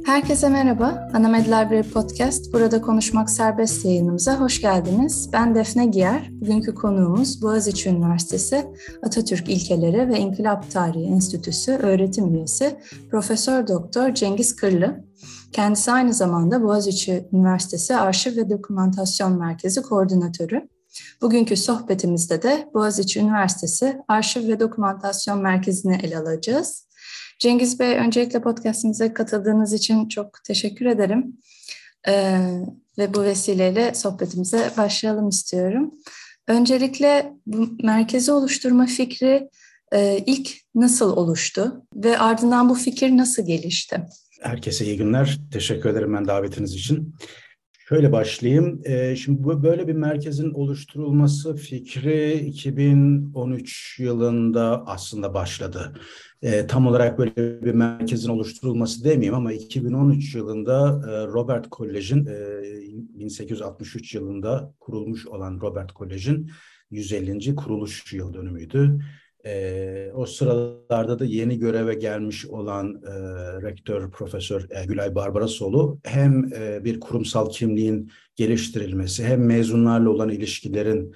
Herkese merhaba. Anamed Library Podcast, Burada Konuşmak Serbest yayınımıza hoş geldiniz. Ben Defne Giyer. Bugünkü konuğumuz Boğaziçi Üniversitesi Atatürk İlkeleri ve İnkılap Tarihi Enstitüsü öğretim üyesi Profesör Doktor Cengiz Kırlı. Kendisi aynı zamanda Boğaziçi Üniversitesi Arşiv ve Dokümantasyon Merkezi Koordinatörü. Bugünkü sohbetimizde de Boğaziçi Üniversitesi Arşiv ve Dokümantasyon Merkezi'ni ele alacağız. Cengiz Bey, öncelikle podcastimize katıldığınız için çok teşekkür ederim. Ve bu vesileyle sohbetimize başlayalım istiyorum. Öncelikle bu merkezi oluşturma fikri ilk nasıl oluştu ve ardından bu fikir nasıl gelişti? Herkese iyi günler. Teşekkür ederim ben davetiniz için. Şöyle başlayayım. Şimdi böyle bir merkezin oluşturulması fikri 2013 yılında aslında başladı. Tam olarak böyle bir merkezin oluşturulması demeyeyim ama 2013 yılında Robert Kolej'in 1863 yılında kurulmuş olan Robert Kolej'in 150. kuruluş yıl dönümüydü. O sıralarda da yeni göreve gelmiş olan rektör Profesör Gülay Barbarasoğlu hem bir kurumsal kimliğin geliştirilmesi hem mezunlarla olan ilişkilerin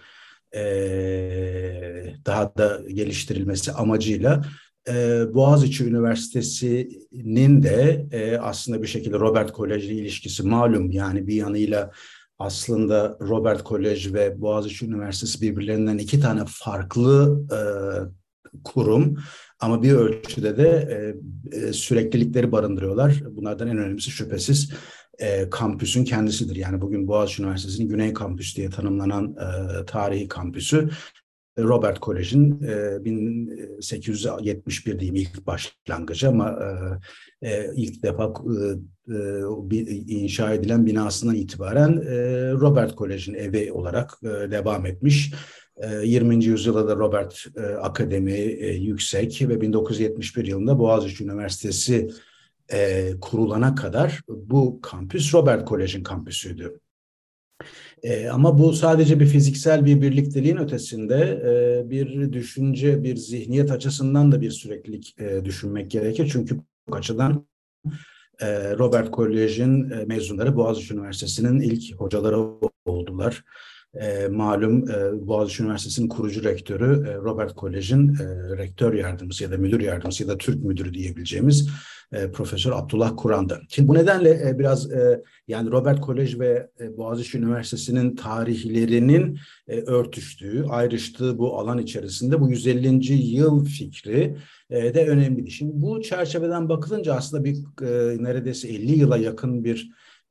daha da geliştirilmesi amacıyla Boğaziçi Üniversitesi'nin de aslında bir şekilde Robert Kolej ile ilişkisi malum, yani bir yanıyla aslında Robert Kolej ve Boğaziçi Üniversitesi birbirlerinden iki tane farklı kurum ama bir ölçüde de süreklilikleri barındırıyorlar. Bunlardan en önemlisi şüphesiz kampüsün kendisidir. Yani bugün Boğaziçi Üniversitesi'nin Güney Kampüsü diye tanımlanan tarihi kampüsü Robert Kolej'in 1871 diyeyim ilk başlangıcı ama ilk defa inşa edilen binasından itibaren Robert Kolej'in evi olarak devam etmiş. 20. yüzyılda da Robert Akademi Yüksek ve 1971 yılında Boğaziçi Üniversitesi kurulana kadar bu kampüs Robert Kolej'in kampüsüydü. Ama bu sadece bir fiziksel bir birlikteliğin ötesinde bir düşünce, bir zihniyet açısından da bir süreklilik düşünmek gerekir. Çünkü bu açıdan Robert Kolej'in mezunları Boğaziçi Üniversitesi'nin ilk hocaları oldular. Malum Boğaziçi Üniversitesi'nin kurucu rektörü Robert Kolej'in rektör yardımcısı ya da müdür yardımcısı ya da Türk müdürü diyebileceğimiz Profesör Abdullah Kur'an'dı. Şimdi bu nedenle biraz yani Robert Kolej ve Boğaziçi Üniversitesi'nin tarihlerinin örtüştüğü, ayrıştığı bu alan içerisinde bu 150. yıl fikri de önemliydi. Şimdi bu çerçeveden bakılınca aslında bir neredeyse 50 yıla yakın bir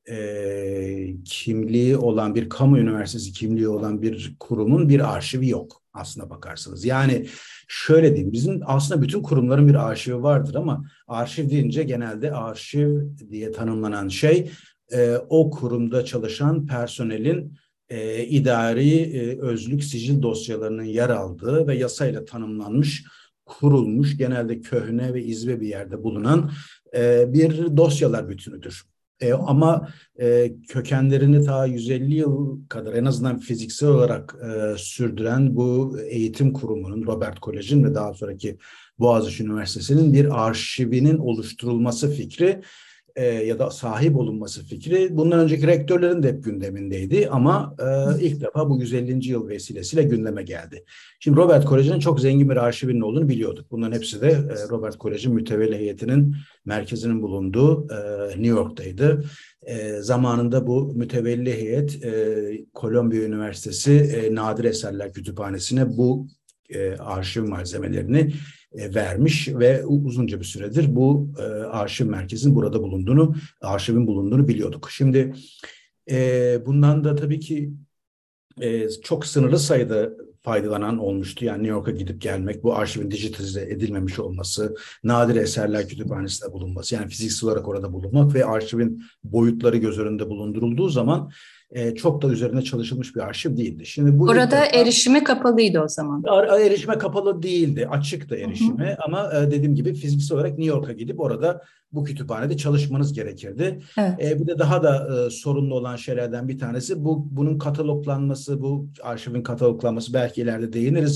kimliği olan, bir kamu üniversitesi kimliği olan bir kurumun bir arşivi yok aslına bakarsanız. Yani şöyle diyeyim, bizim aslında bütün kurumların bir arşivi vardır ama arşiv deyince genelde arşiv diye tanımlanan şey o kurumda çalışan personelin idari özlük sicil dosyalarının yer aldığı ve yasayla tanımlanmış, kurulmuş, genelde köhne ve izbe bir yerde bulunan bir dosyalar bütünüdür. Ama kökenlerini ta 150 yıl kadar en azından fiziksel olarak sürdüren bu eğitim kurumunun, Robert Kolej'in ve daha sonraki Boğaziçi Üniversitesi'nin bir arşivinin oluşturulması fikri ya da sahip olunması fikri bundan önceki rektörlerin de hep gündemindeydi ama ilk defa bu 150. yıl vesilesiyle gündeme geldi. Şimdi Robert Kolej'in çok zengin bir arşivinin olduğunu biliyorduk. Bunların hepsi de Robert Kolej'in mütevelli heyetinin merkezinin bulunduğu New York'taydı. Zamanında bu mütevelli heyet Columbia Üniversitesi Nadir Eserler Kütüphanesi'ne bu arşiv malzemelerini vermiş ve uzunca bir süredir bu arşiv merkezinin burada bulunduğunu, arşivin bulunduğunu biliyorduk. Şimdi bundan da tabii ki çok sınırlı sayıda faydalanan olmuştu. Yani New York'a gidip gelmek, bu arşivin dijitalize edilmemiş olması, Nadir Eserler Kütüphanesi'nde bulunması, yani fiziksel olarak orada bulunmak ve arşivin boyutları göz önünde bulundurulduğu zaman çok da üzerine çalışılmış bir arşiv değildi. Şimdi bu orada erişime kapalıydı o zaman. Erişime kapalı değildi, açıktı erişime ama dediğim gibi fiziksel olarak New York'a gidip orada bu kütüphanede çalışmanız gerekirdi. Evet. Bir de daha da sorunlu olan şeylerden bir tanesi bunun kataloglanması, bu arşivin kataloglanması, belki ileride değiniriz.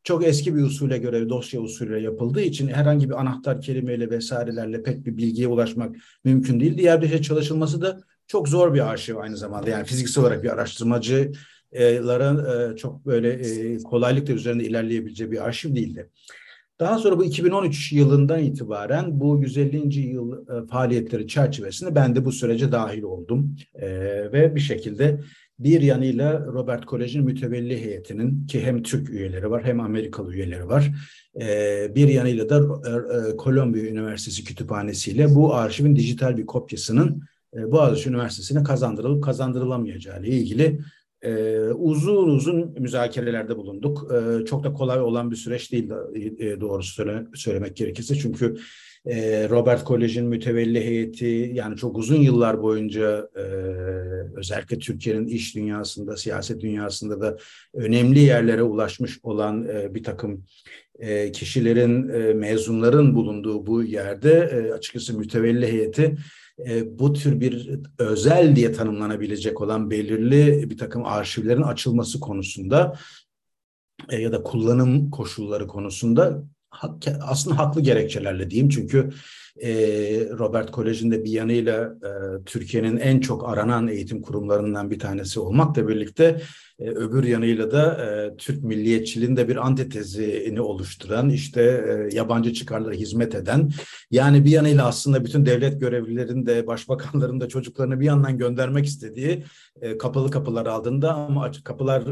çok eski bir usule göre dosya usulüyle yapıldığı için herhangi bir anahtar kelimeyle vesairelerle pek bir bilgiye ulaşmak mümkün değil. Diğer bir şey çalışılması da çok zor bir arşiv aynı zamanda. Yani fiziksel olarak bir araştırmacıların çok böyle kolaylıkla üzerinde ilerleyebileceği bir arşiv değildi. Daha sonra bu 2013 yılından itibaren bu 150. yıl faaliyetleri çerçevesinde ben de bu sürece dahil oldum. Ve bir şekilde bir yanıyla Robert Kolej'in mütevelli heyetinin, ki hem Türk üyeleri var hem Amerikalı üyeleri var. Bir yanıyla da Columbia Üniversitesi Kütüphanesi'yle bu arşivin dijital bir kopyasının Boğaziçi Üniversitesi'ne kazandırılıp kazandırılamayacağı ile ilgili uzun uzun müzakerelerde bulunduk. Çok da kolay olan bir süreç değil doğrusu söylemek gerekirse. Çünkü Robert Kolej'in mütevelli heyeti yani çok uzun yıllar boyunca özellikle Türkiye'nin iş dünyasında, siyaset dünyasında da önemli yerlere ulaşmış olan bir takım kişilerin, mezunların bulunduğu bu yerde açıkçası mütevelli heyeti bu tür bir özel diye tanımlanabilecek olan belirli bir takım arşivlerin açılması konusunda ya da kullanım koşulları konusunda aslında haklı gerekçelerle diyeyim. Çünkü Robert Kolej'in de bir yanıyla Türkiye'nin en çok aranan eğitim kurumlarından bir tanesi olmakla birlikte öbür yanıyla da Türk milliyetçiliğin de bir antitezini oluşturan, işte yabancı çıkarlara hizmet eden, yani bir yanıyla aslında bütün devlet görevlilerin de başbakanların da çocuklarını bir yandan göndermek istediği kapalı kapılar aldığında ama kapılar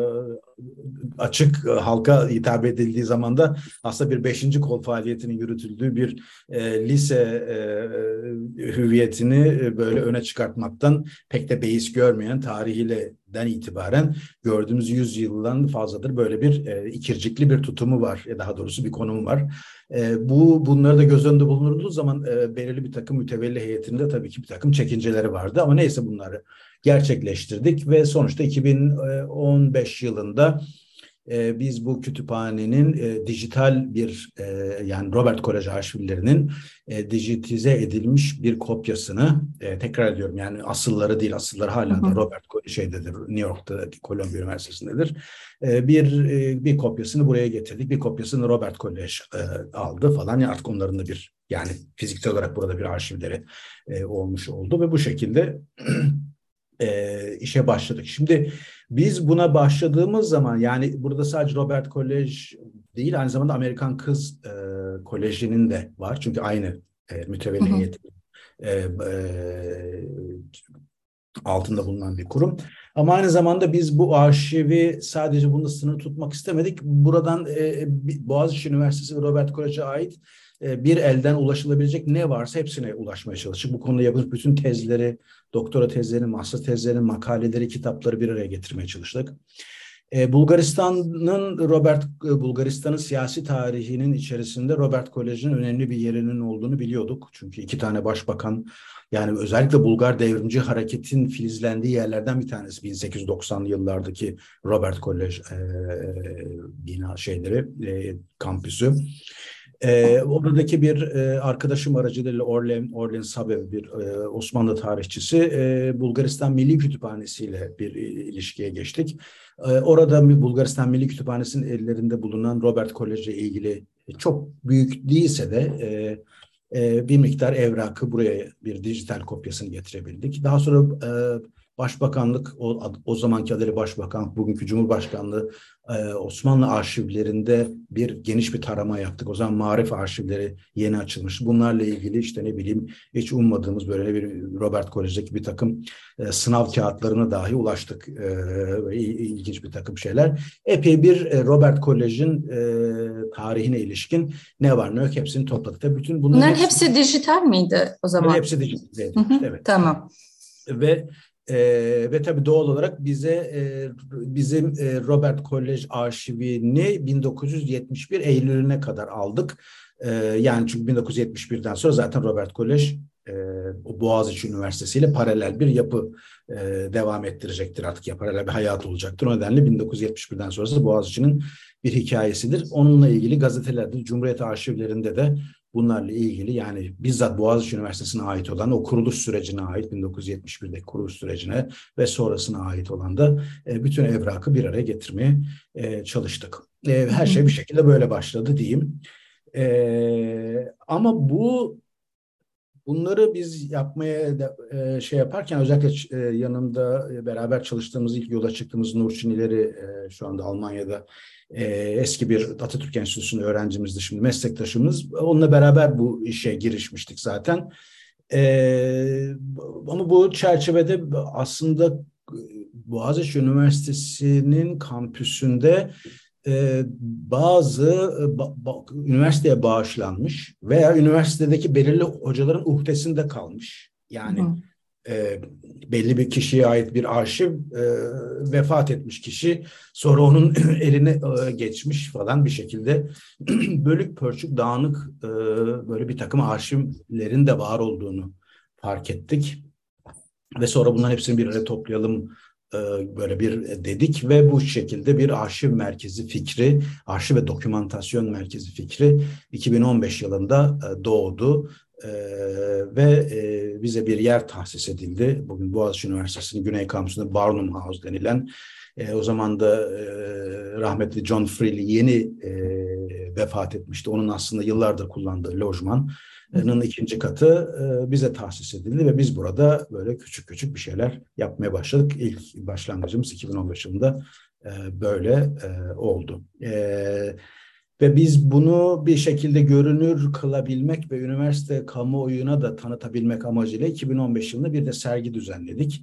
açık halka hitap edildiği zaman da aslında bir 5. kol faaliyetinin yürütüldüğü bir lise hüviyetini böyle öne çıkartmaktan pek de beis görmeyen tarihinden itibaren gördüğümüz 100 yıldan fazladır böyle bir ikircikli bir tutumu var. Daha doğrusu bir konumu var. Bunları da göz önünde bulundurduğu zaman belirli bir takım mütevelli heyetinde tabii ki bir takım çekinceleri vardı ama neyse bunları gerçekleştirdik ve sonuçta 2015 yılında biz bu kütüphanenin dijital bir yani Robert Kolej arşivlerinin dijitize edilmiş bir kopyasını tekrar ediyorum yani asılları değil, asılları halen de Robert şeydedir, New York'taki Columbia Üniversitesi'ndedir. Bir kopyasını buraya getirdik. Bir kopyasını Robert Kolej aldı falan. Yani artık onların da bir yani fiziksel olarak burada bir arşivleri olmuş oldu ve bu şekilde işe başladık. Şimdi biz buna başladığımız zaman yani burada sadece Robert Kolej değil aynı zamanda Amerikan Kız Koleji'nin de var. Çünkü aynı mütevelli heyeti altında bulunan bir kurum. Ama aynı zamanda biz bu arşivi sadece bununla sınır tutmak istemedik. Buradan Boğaziçi Üniversitesi ve Robert Kolej'e ait bir elden ulaşılabilecek ne varsa hepsine ulaşmaya çalıştık. Bu konuda yapılmış bütün tezleri, doktora tezlerini, master tezlerini, makaleleri, kitapları bir araya getirmeye çalıştık. Bulgaristan'ın siyasi tarihinin içerisinde Robert Kolej'in önemli bir yerinin olduğunu biliyorduk. Çünkü 2 tane başbakan yani özellikle Bulgar devrimci hareketin filizlendiği yerlerden bir tanesi 1890'lı yıllardaki Robert Kolej bina kampüsü. Oradaki bir arkadaşım aracılığıyla Orlen Sabev bir Osmanlı tarihçisi Bulgaristan Milli Kütüphanesi ile bir ilişkiye geçtik. Orada Bulgaristan Milli Kütüphanesi'nin ellerinde bulunan Robert Kolej ile ilgili çok büyük değilse de bir miktar evrakı buraya bir dijital kopyasını getirebildik. Daha sonra Başbakanlık, o zamanki adıyla Başbakanlık, bugünkü Cumhurbaşkanlığı Osmanlı arşivlerinde geniş bir tarama yaptık. O zaman Maarif arşivleri yeni açılmış. Bunlarla ilgili işte ne bileyim hiç ummadığımız böyle bir Robert Kolej'deki bir takım sınav kağıtlarına dahi ulaştık. İlginç bir takım şeyler. Epey bir Robert Kolej'in tarihine ilişkin ne var ne yok hepsini topladık. Tabii bütün bunların hepsi dijital miydi o zaman? Hepsi dijital. Evet. Tamam. Ve tabii doğal olarak bizim Robert Kolej arşivini 1971 Eylül'üne kadar aldık. Yani çünkü 1971'den sonra zaten Robert Kolej Boğaziçi Üniversitesi ile paralel bir yapı devam ettirecektir artık. Paralel bir hayat olacaktır. O nedenle 1971'den sonrası Boğaziçi'nin bir hikayesidir. Onunla ilgili gazetelerde, Cumhuriyet arşivlerinde de bunlarla ilgili yani bizzat Boğaziçi Üniversitesi'ne ait olan o kuruluş sürecine ait 1971'deki kuruluş sürecine ve sonrasına ait olan da bütün evrakı bir araya getirmeye çalıştık. Her şey bir şekilde böyle başladı diyeyim. Ama bunları biz yapmaya şey yaparken özellikle yanımda beraber çalıştığımız, ilk yola çıktığımız Nurçin İleri şu anda Almanya'da eski bir Atatürk Enstitüsü'nün öğrencimizdi, şimdi meslektaşımız. Onunla beraber bu işe girişmiştik zaten. Ama bu çerçevede aslında Boğaziçi Üniversitesi'nin kampüsünde bazı üniversiteye bağışlanmış veya üniversitedeki belirli hocaların uhdesinde kalmış. Yani belli bir kişiye ait bir arşiv, vefat etmiş kişi sonra onun eline geçmiş falan bir şekilde bölük pörçük dağınık böyle bir takım arşivlerin de var olduğunu fark ettik. Ve sonra bunların hepsini bir araya toplayalım böyle bir dedik ve bu şekilde bir arşiv merkezi fikri, arşiv ve dokümantasyon merkezi fikri 2015 yılında doğdu. Ve bize bir yer tahsis edildi. Bugün Boğaziçi Üniversitesi'nin Güney Kampüsü'nde Barnum House denilen, o zaman da rahmetli John Freely yeni vefat etmişti. Onun aslında yıllardır kullandığı lojmanın ikinci katı bize tahsis edildi ve biz burada böyle küçük küçük bir şeyler yapmaya başladık. İlk başlangıcımız 2015 yılında böyle oldu. Ve biz bunu bir şekilde görünür kılabilmek ve üniversite kamuoyuna da tanıtabilmek amacıyla 2015 yılında bir de sergi düzenledik.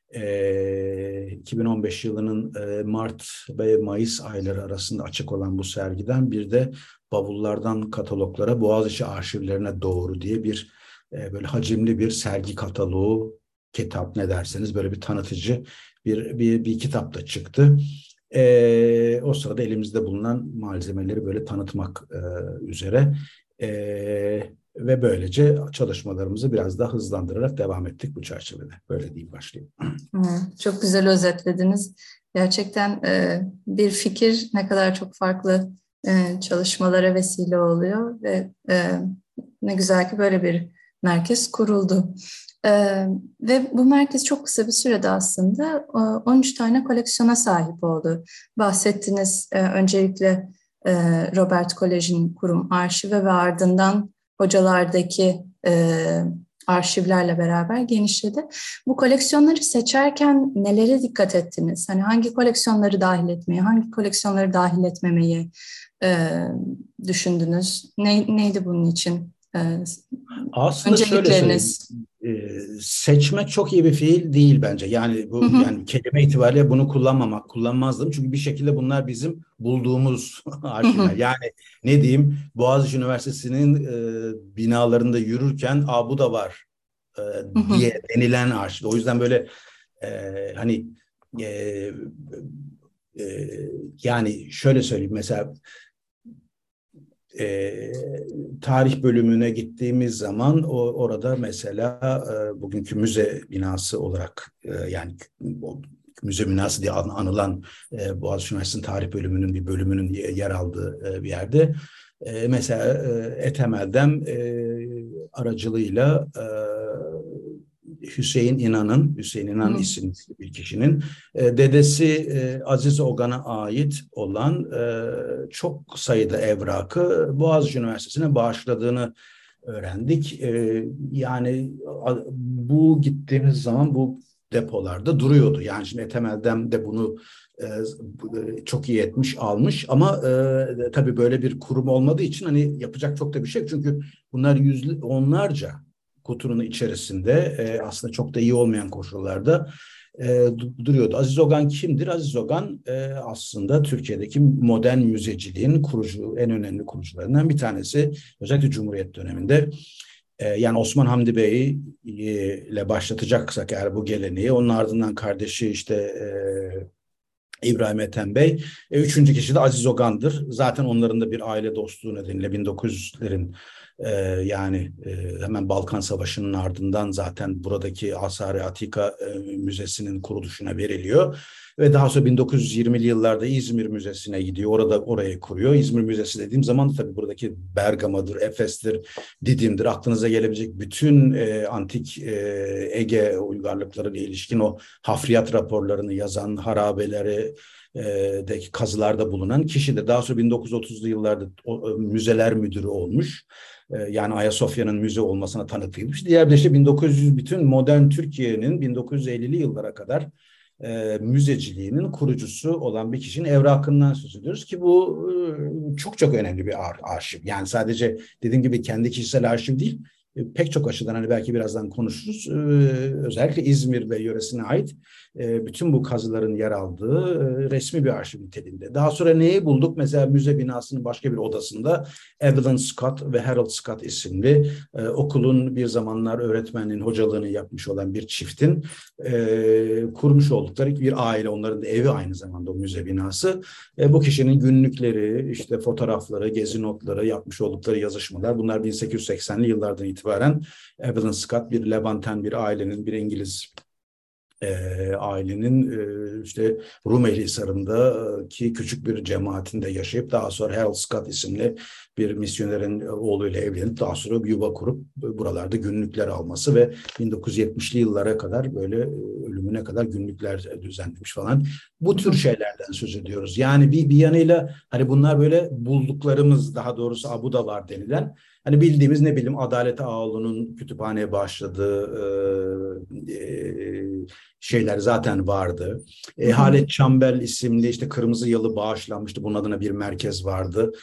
2015 yılının Mart ve Mayıs ayları arasında açık olan bu sergiden bir de bavullardan kataloglara, Boğaziçi arşivlerine doğru diye bir böyle hacimli bir sergi kataloğu, kitap ne derseniz, böyle bir tanıtıcı bir kitap da çıktı. O sırada elimizde bulunan malzemeleri böyle tanıtmak üzere ve böylece çalışmalarımızı biraz daha hızlandırarak devam ettik bu çerçevede. Böyle diyeyim, başlayayım. Çok güzel özetlediniz. Gerçekten bir fikir ne kadar çok farklı çalışmalara vesile oluyor ve ne güzel ki böyle bir merkez kuruldu. Ve bu merkez çok kısa bir sürede aslında 13 tane koleksiyona sahip oldu. Bahsettiniz öncelikle Robert Kolej'in kurum arşivi ve ardından hocalardaki arşivlerle beraber genişledi. Bu koleksiyonları seçerken nelere dikkat ettiniz? Hani hangi koleksiyonları dahil etmeyi, hangi koleksiyonları dahil etmemeyi düşündünüz? Neydi bunun için aslında şöyle söyleyeyim, seçmek çok iyi bir fiil değil bence. Yani bu yani kelime itibariyle bunu kullanmazdım. Çünkü bir şekilde bunlar bizim bulduğumuz arşivler. Yani ne diyeyim, Boğaziçi Üniversitesi'nin binalarında yürürken bu da var diye denilen arşiv. O yüzden böyle hani yani şöyle söyleyeyim, mesela tarih bölümüne gittiğimiz zaman orada mesela bugünkü müze binası olarak yani müze binası diye anılan Boğaziçi Üniversitesi'nin tarih bölümünün bir bölümünün yer aldığı bir yerde mesela Etemel'den aracılığıyla Hüseyin İnan isimli bir kişinin dedesi Aziz Ogan'a ait olan çok sayıda evrakı Boğaziçi Üniversitesi'ne bağışladığını öğrendik. Yani bu gittiğimiz zaman bu depolarda duruyordu. Yani şimdi Etemel'den de bunu çok iyi etmiş, almış ama tabii böyle bir kurum olmadığı için hani yapacak çok da bir şey yok. Çünkü bunlar onlarca kutunun içerisinde aslında çok da iyi olmayan koşullarda duruyordu. Aziz Ogan kimdir? Aziz Ogan aslında Türkiye'deki modern müzeciliğin en önemli kurucularından bir tanesi. Özellikle Cumhuriyet döneminde. Yani Osman Hamdi Bey ile başlatacaksak eğer bu geleneği, onun ardından kardeşi işte İbrahim Ethem Bey. Üçüncü kişi de Aziz Ogan'dır. Zaten onların da bir aile dostluğu nedeniyle 1900'lerin yani hemen Balkan Savaşı'nın ardından zaten buradaki Asar-ı Atika Müzesi'nin kuruluşuna veriliyor. Ve daha sonra 1920'li yıllarda İzmir Müzesi'ne gidiyor. Orayı kuruyor. İzmir Müzesi dediğim zaman tabii buradaki Bergama'dır, Efes'tir, Didim'dir. Aklınıza gelebilecek bütün antik Ege uygarlıklarına ilişkin o hafriyat raporlarını yazan, harabeleri deki kazılarda bulunan kişidir. Daha sonra 1930'lu yıllarda müzeler müdürü olmuş. Yani Ayasofya'nın müze olmasına tanıklıymış. Diğer bir de işte 1900 bütün modern Türkiye'nin 1950'li yıllara kadar müzeciliğinin kurucusu olan bir kişinin evrakından söz ediyoruz ki bu çok çok önemli bir arşiv. Yani sadece dediğim gibi kendi kişisel arşiv değil, pek çok açıdan hani belki birazdan konuşuruz. Özellikle İzmir ve yöresine ait bütün bu kazıların yer aldığı resmi bir arşiv niteliğinde. Daha sonra neyi bulduk? Mesela müze binasının başka bir odasında Evelyn Scott ve Harold Scott isimli okulun bir zamanlar öğretmenliğin hocalığını yapmış olan bir çiftin kurmuş oldukları bir aile. Onların da evi aynı zamanda o müze binası. Bu kişinin günlükleri, işte fotoğrafları, gezi notları, yapmış oldukları yazışmalar, bunlar 1880'li yıllardan itibaren Evelyn Scott bir Levanten bir ailenin, bir İngiliz ailenin işte Rumeli Hisarı'ndaki küçük bir cemaatinde yaşayıp daha sonra Harold Scott isimli bir misyonerin oğluyla evlenip daha sonra bir yuva kurup buralarda günlükler alması ve 1970'li yıllara kadar böyle ölümüne kadar günlükler düzenlemiş falan. Bu tür şeylerden söz ediyoruz. Yani bir yanıyla hani bunlar böyle bulduklarımız, daha doğrusu bu da var denilen, hani bildiğimiz ne bileyim Adalet Ağaoğlu'nun kütüphaneye başladığı şeyler zaten vardı. Halet Çambel isimli işte Kırmızı Yalı bağışlanmıştı. Bunun adına bir merkez vardı.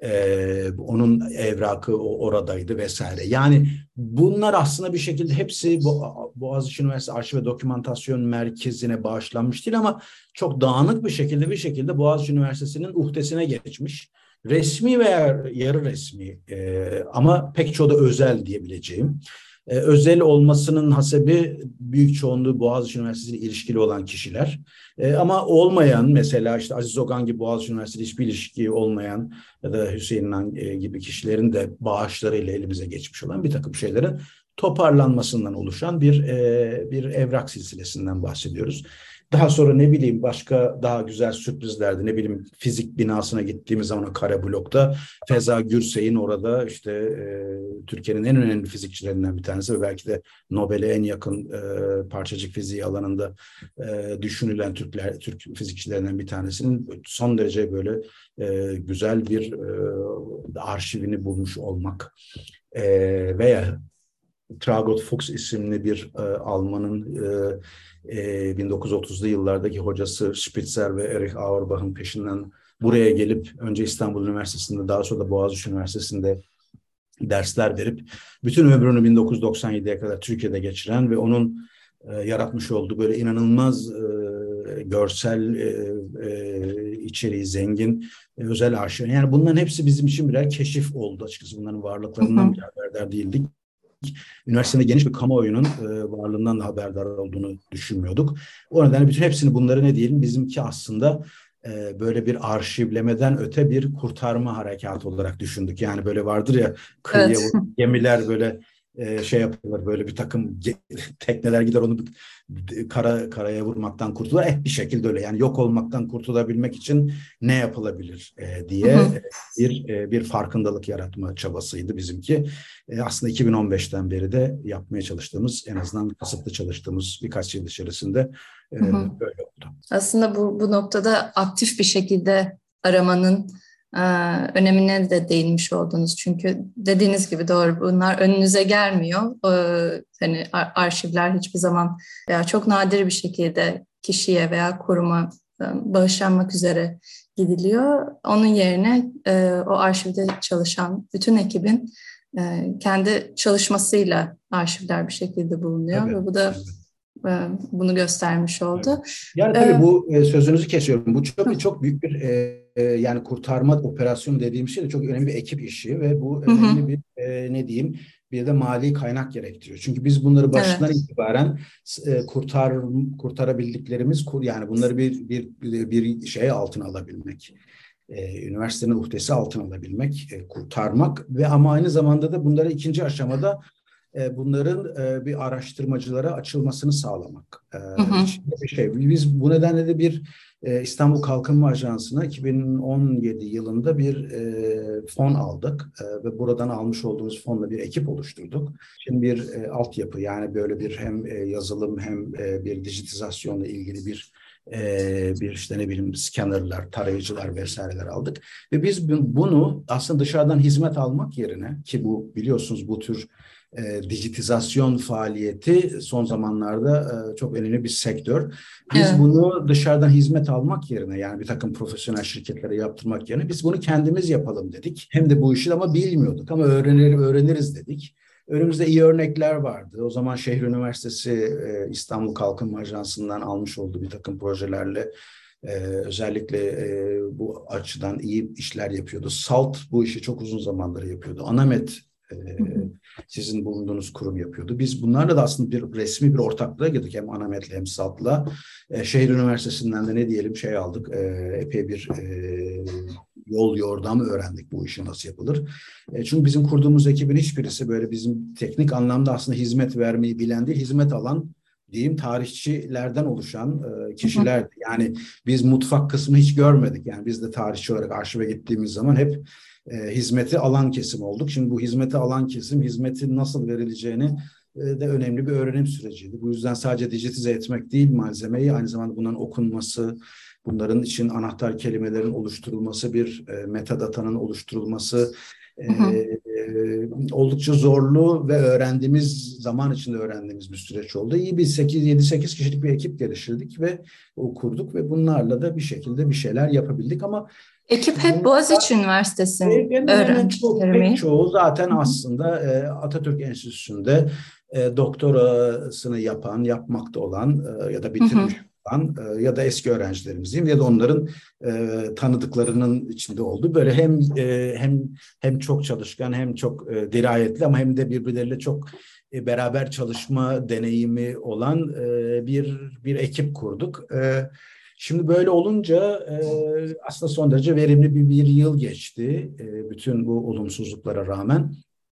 Onun evrakı oradaydı vesaire. Yani bunlar aslında bir şekilde hepsi Boğaziçi Üniversitesi Arşiv ve Dokümantasyon Merkezi'ne bağışlanmış değil ama çok dağınık bir şekilde Boğaziçi Üniversitesi'nin uhdesine geçmiş. Resmi veya yarı resmi ama pek çoğu da özel diyebileceğim. Özel olmasının hasebi büyük çoğunluğu Boğaziçi Üniversitesi ile ilişkili olan kişiler. Ama olmayan mesela işte Aziz Ogan gibi Boğaziçi Üniversitesi hiçbir ilişki olmayan ya da Hüseyin İnan gibi kişilerin de bağışlarıyla elimize geçmiş olan bir takım şeylerin toparlanmasından oluşan bir evrak silsilesinden bahsediyoruz. Daha sonra ne bileyim başka daha güzel sürprizlerdi. Ne bileyim fizik binasına gittiğimiz zaman o kare blokta Feza Gürsey'in orada işte Türkiye'nin en önemli fizikçilerinden bir tanesi ve belki de Nobel'e en yakın parçacık fiziği alanında düşünülen Türk fizikçilerinden bir tanesinin son derece böyle güzel bir arşivini bulmuş olmak veya Traugott Fuchs isimli bir Almanın 1930'lu yıllardaki hocası Spitzer ve Erich Auerbach'ın peşinden buraya gelip önce İstanbul Üniversitesi'nde daha sonra da Boğaziçi Üniversitesi'nde dersler verip bütün ömrünü 1997'ye kadar Türkiye'de geçiren ve onun yaratmış olduğu böyle inanılmaz görsel içeriği zengin özel arşiv. Yani bunların hepsi bizim için birer keşif oldu açıkçası. Bunların varlıklarından bile haberdar değildik. Üniversitenin geniş bir kamuoyunun varlığından da haberdar olduğunu düşünmüyorduk. O nedenle bütün hepsini bunları ne diyelim bizimki aslında böyle bir arşivlemeden öte bir kurtarma harekatı olarak düşündük. Yani böyle vardır ya kıyıya Evet. gemiler böyle şey yapılır böyle bir takım tekneler gider onu karaya vurmaktan kurtulur. Bir şekilde öyle yani yok olmaktan kurtulabilmek için ne yapılabilir diye bir farkındalık yaratma çabasıydı bizimki. Aslında 2015'ten beri de yapmaya çalıştığımız en azından kasıtlı çalıştığımız birkaç yıl içerisinde böyle oldu. Aslında bu noktada aktif bir şekilde aramanın önemine de değinmiş oldunuz. Çünkü dediğiniz gibi doğru bunlar önünüze gelmiyor. Hani arşivler hiçbir zaman veya çok nadir bir şekilde kişiye veya kuruma bağışlanmak üzere gidiliyor. Onun yerine o arşivde çalışan bütün ekibin kendi çalışmasıyla arşivler bir şekilde bulunuyor Tabii. ve bu da bunu göstermiş oldu. Evet. Yani tabii bu sözünüzü kesiyorum. Bu çok büyük bir yani kurtarma operasyonu dediğim şey de çok önemli bir ekip işi ve bu önemli bir ne diyeyim bir de mali kaynak gerektiriyor. Çünkü biz bunları başından itibaren kurtarabildiklerimiz yani bunları bir şeye altına alabilmek. Üniversitenin uhdesi altına alabilmek, kurtarmak ve ama aynı zamanda da bunları ikinci aşamada bunların bir araştırmacılara açılmasını sağlamak Hı hı. içinde bir şey. Biz bu nedenle de bir İstanbul Kalkınma Ajansı'na 2017 yılında bir fon aldık ve buradan almış olduğumuz fonla bir ekip oluşturduk. Şimdi bir altyapı, yani böyle bir hem yazılım hem bir dijitizasyonla ilgili bir işte ne bileyim scannerlar, tarayıcılar vesaireler aldık ve biz bunu aslında dışarıdan hizmet almak yerine, ki bu biliyorsunuz bu tür dijitizasyon faaliyeti son zamanlarda çok önemli bir sektör. Biz Evet. bunu dışarıdan hizmet almak yerine, yani bir takım profesyonel şirketlere yaptırmak yerine biz bunu kendimiz yapalım dedik. Hem de bu işi ama bilmiyorduk, ama öğreniriz dedik. Önümüzde iyi örnekler vardı. O zaman Şehir Üniversitesi İstanbul Kalkınma Ajansı'ndan almış olduğu bir takım projelerle özellikle bu açıdan iyi işler yapıyordu. SALT bu işi çok uzun zamandır yapıyordu. Anamet e, Hı hı. sizin bulunduğunuz kurum yapıyordu. Biz bunlarla da aslında bir resmi bir ortaklığa girdik. Hem Anamet'le hem SALT'la. Şehir Üniversitesi'nden de ne diyelim şey aldık. Epey bir yol yordam öğrendik bu işi nasıl yapılır. Çünkü bizim kurduğumuz ekibin hiçbirisi böyle bizim teknik anlamda aslında hizmet vermeyi bilen değil, hizmet alan diyeyim tarihçilerden oluşan Hı hı. kişilerdi. Yani biz mutfak kısmı hiç görmedik. Yani biz de tarihçi olarak arşive gittiğimiz zaman hep hizmeti alan kesim olduk. Şimdi bu hizmeti alan kesim, hizmetin nasıl verileceğini de önemli bir öğrenim süreciydi. Bu yüzden sadece dijitize etmek değil malzemeyi, aynı zamanda bunların okunması, bunların için anahtar kelimelerin oluşturulması, bir metadatanın oluşturulması Hı hı. oldukça zorlu ve zaman içinde öğrendiğimiz bir süreç oldu. İyi bir 7-8 kişilik bir ekip geliştirdik ve kurduk ve bunlarla da bir şekilde bir şeyler yapabildik, ama Ekip hep bu Boğaziçi Üniversitesi'nin hemen hemen öğrencileri pek mi? çoğu zaten Hı hı. aslında Atatürk Enstitüsü'nde doktorasını yapmakta olan ya da Hı hı. bitirmiş olan ya da eski öğrencilerimiz diyeyim, ya da onların tanıdıklarının içinde olduğu, böyle hem çok çalışkan hem çok dirayetli, ama hem de birbirleriyle çok beraber çalışma deneyimi olan bir ekip kurduk. Şimdi böyle olunca aslında son derece verimli bir yıl geçti. Bütün bu olumsuzluklara rağmen.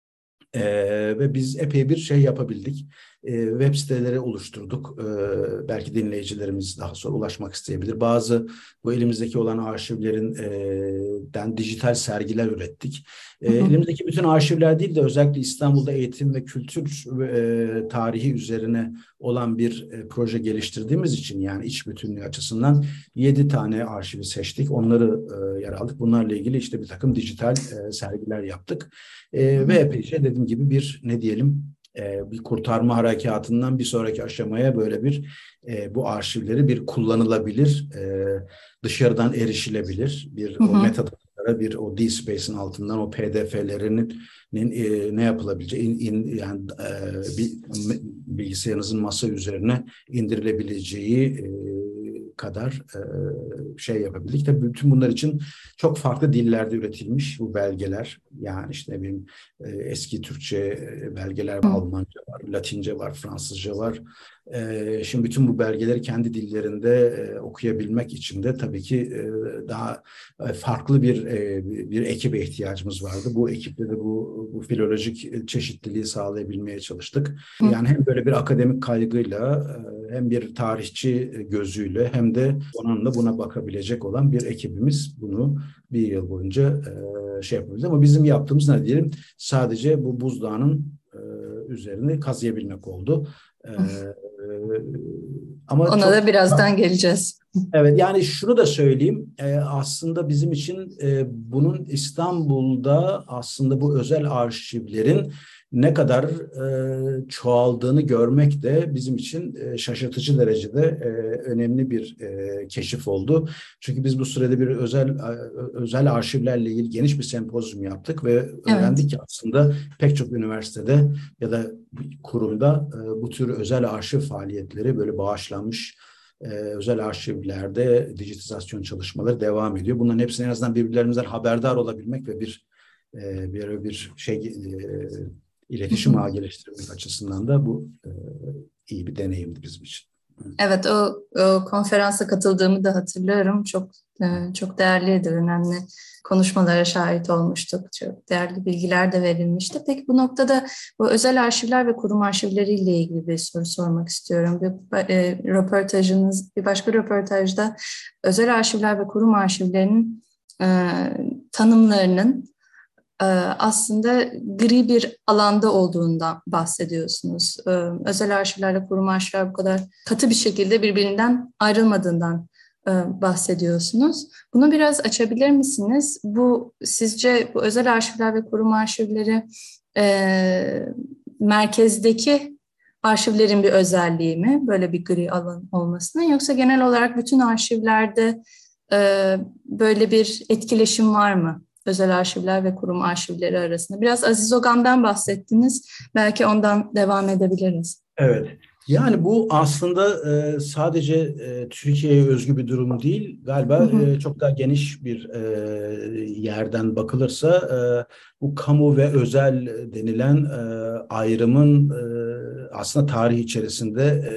Ve biz epey bir şey yapabildik. Web siteleri oluşturduk. Belki dinleyicilerimiz daha sonra ulaşmak isteyebilir. Bazı bu elimizdeki olan arşivlerin dijital sergiler ürettik. Hı hı. Elimizdeki bütün arşivler değil de özellikle İstanbul'da eğitim ve kültür tarihi üzerine olan bir proje geliştirdiğimiz için, yani iç bütünlüğü açısından 7 tane arşivi seçtik. Onları yer aldık. Bunlarla ilgili işte bir takım dijital sergiler yaptık. Hı Ve hı. epeyce dediğim gibi bir ne diyelim bir kurtarma harekatından bir sonraki aşamaya böyle bu arşivleri bir kullanılabilir, dışarıdan erişilebilir bir Hı o hı. metadatalara, bir o DSpace'in altından o PDF'lerinin ne yapılabileceği yani bilgisayarınızın masa üzerine indirilebileceği kadar şey yapabildik. Tabii bütün bunlar için çok farklı dillerde üretilmiş bu belgeler. Yani işte ne bileyim eski Türkçe belgeler, Hı Almanca var, Latince var, Fransızca var. Şimdi bütün bu belgeleri kendi dillerinde okuyabilmek için de tabii ki daha farklı bir ekibe ihtiyacımız vardı. Bu ekiple de bu filolojik çeşitliliği sağlayabilmeye çalıştık. hı. Yani hem böyle bir akademik kaygıyla hem bir tarihçi gözüyle hem de donanımla buna bakabilecek olan bir ekibimiz bunu bir yıl boyunca şey yapabildi. Ama bizim yaptığımız ne diyelim, sadece bu buzdağının üzerine kazıyabilmek oldu. E, ama Ona da çok birazdan geleceğiz. evet, yani şunu da söyleyeyim, aslında bizim için bunun İstanbul'da aslında bu özel arşivlerin ne kadar çoğaldığını görmek de bizim için şaşırtıcı derecede önemli bir keşif oldu. Çünkü biz bu sürede bir özel arşivlerle ilgili geniş bir sempozyum yaptık ve Evet. öğrendik ki aslında pek çok üniversitede ya da kurumda bu tür özel arşiv faaliyetleri böyle bağışlanmış özel arşivlerde dijitizasyon çalışmaları devam ediyor. Bunların hepsini en azından birbirlerimizden haberdar olabilmek ve bir Hı iletişim hı. ağı geliştirmek açısından da bu iyi bir deneyimdi bizim için. Evet, o konferansa katıldığımı da hatırlıyorum. Çok Çok değerlidir, önemli konuşmalara şahit olmuştuk. Çok değerli bilgiler de verilmişti. Peki bu noktada bu özel arşivler ve kurum arşivleriyle ilgili bir soru sormak istiyorum. Bir başka röportajda özel arşivler ve kurum arşivlerinin tanımlarının aslında gri bir alanda olduğundan bahsediyorsunuz. Özel arşivlerle kurum arşivler bu kadar katı bir şekilde birbirinden ayrılmadığından bahsediyorsunuz. Bunu biraz açabilir misiniz? Sizce bu özel arşivler ve kurum arşivleri merkezdeki arşivlerin bir özelliği mi? Böyle bir gri alan olmasına, yoksa genel olarak bütün arşivlerde böyle bir etkileşim var mı? Özel arşivler ve kurum arşivleri arasında. Biraz Aziz Ogan'dan bahsettiniz. Belki ondan devam edebiliriz. Evet. Yani bu aslında sadece Türkiye'ye özgü bir durum değil. Galiba çok daha geniş bir yerden bakılırsa bu kamu ve özel denilen ayrımın aslında tarih içerisinde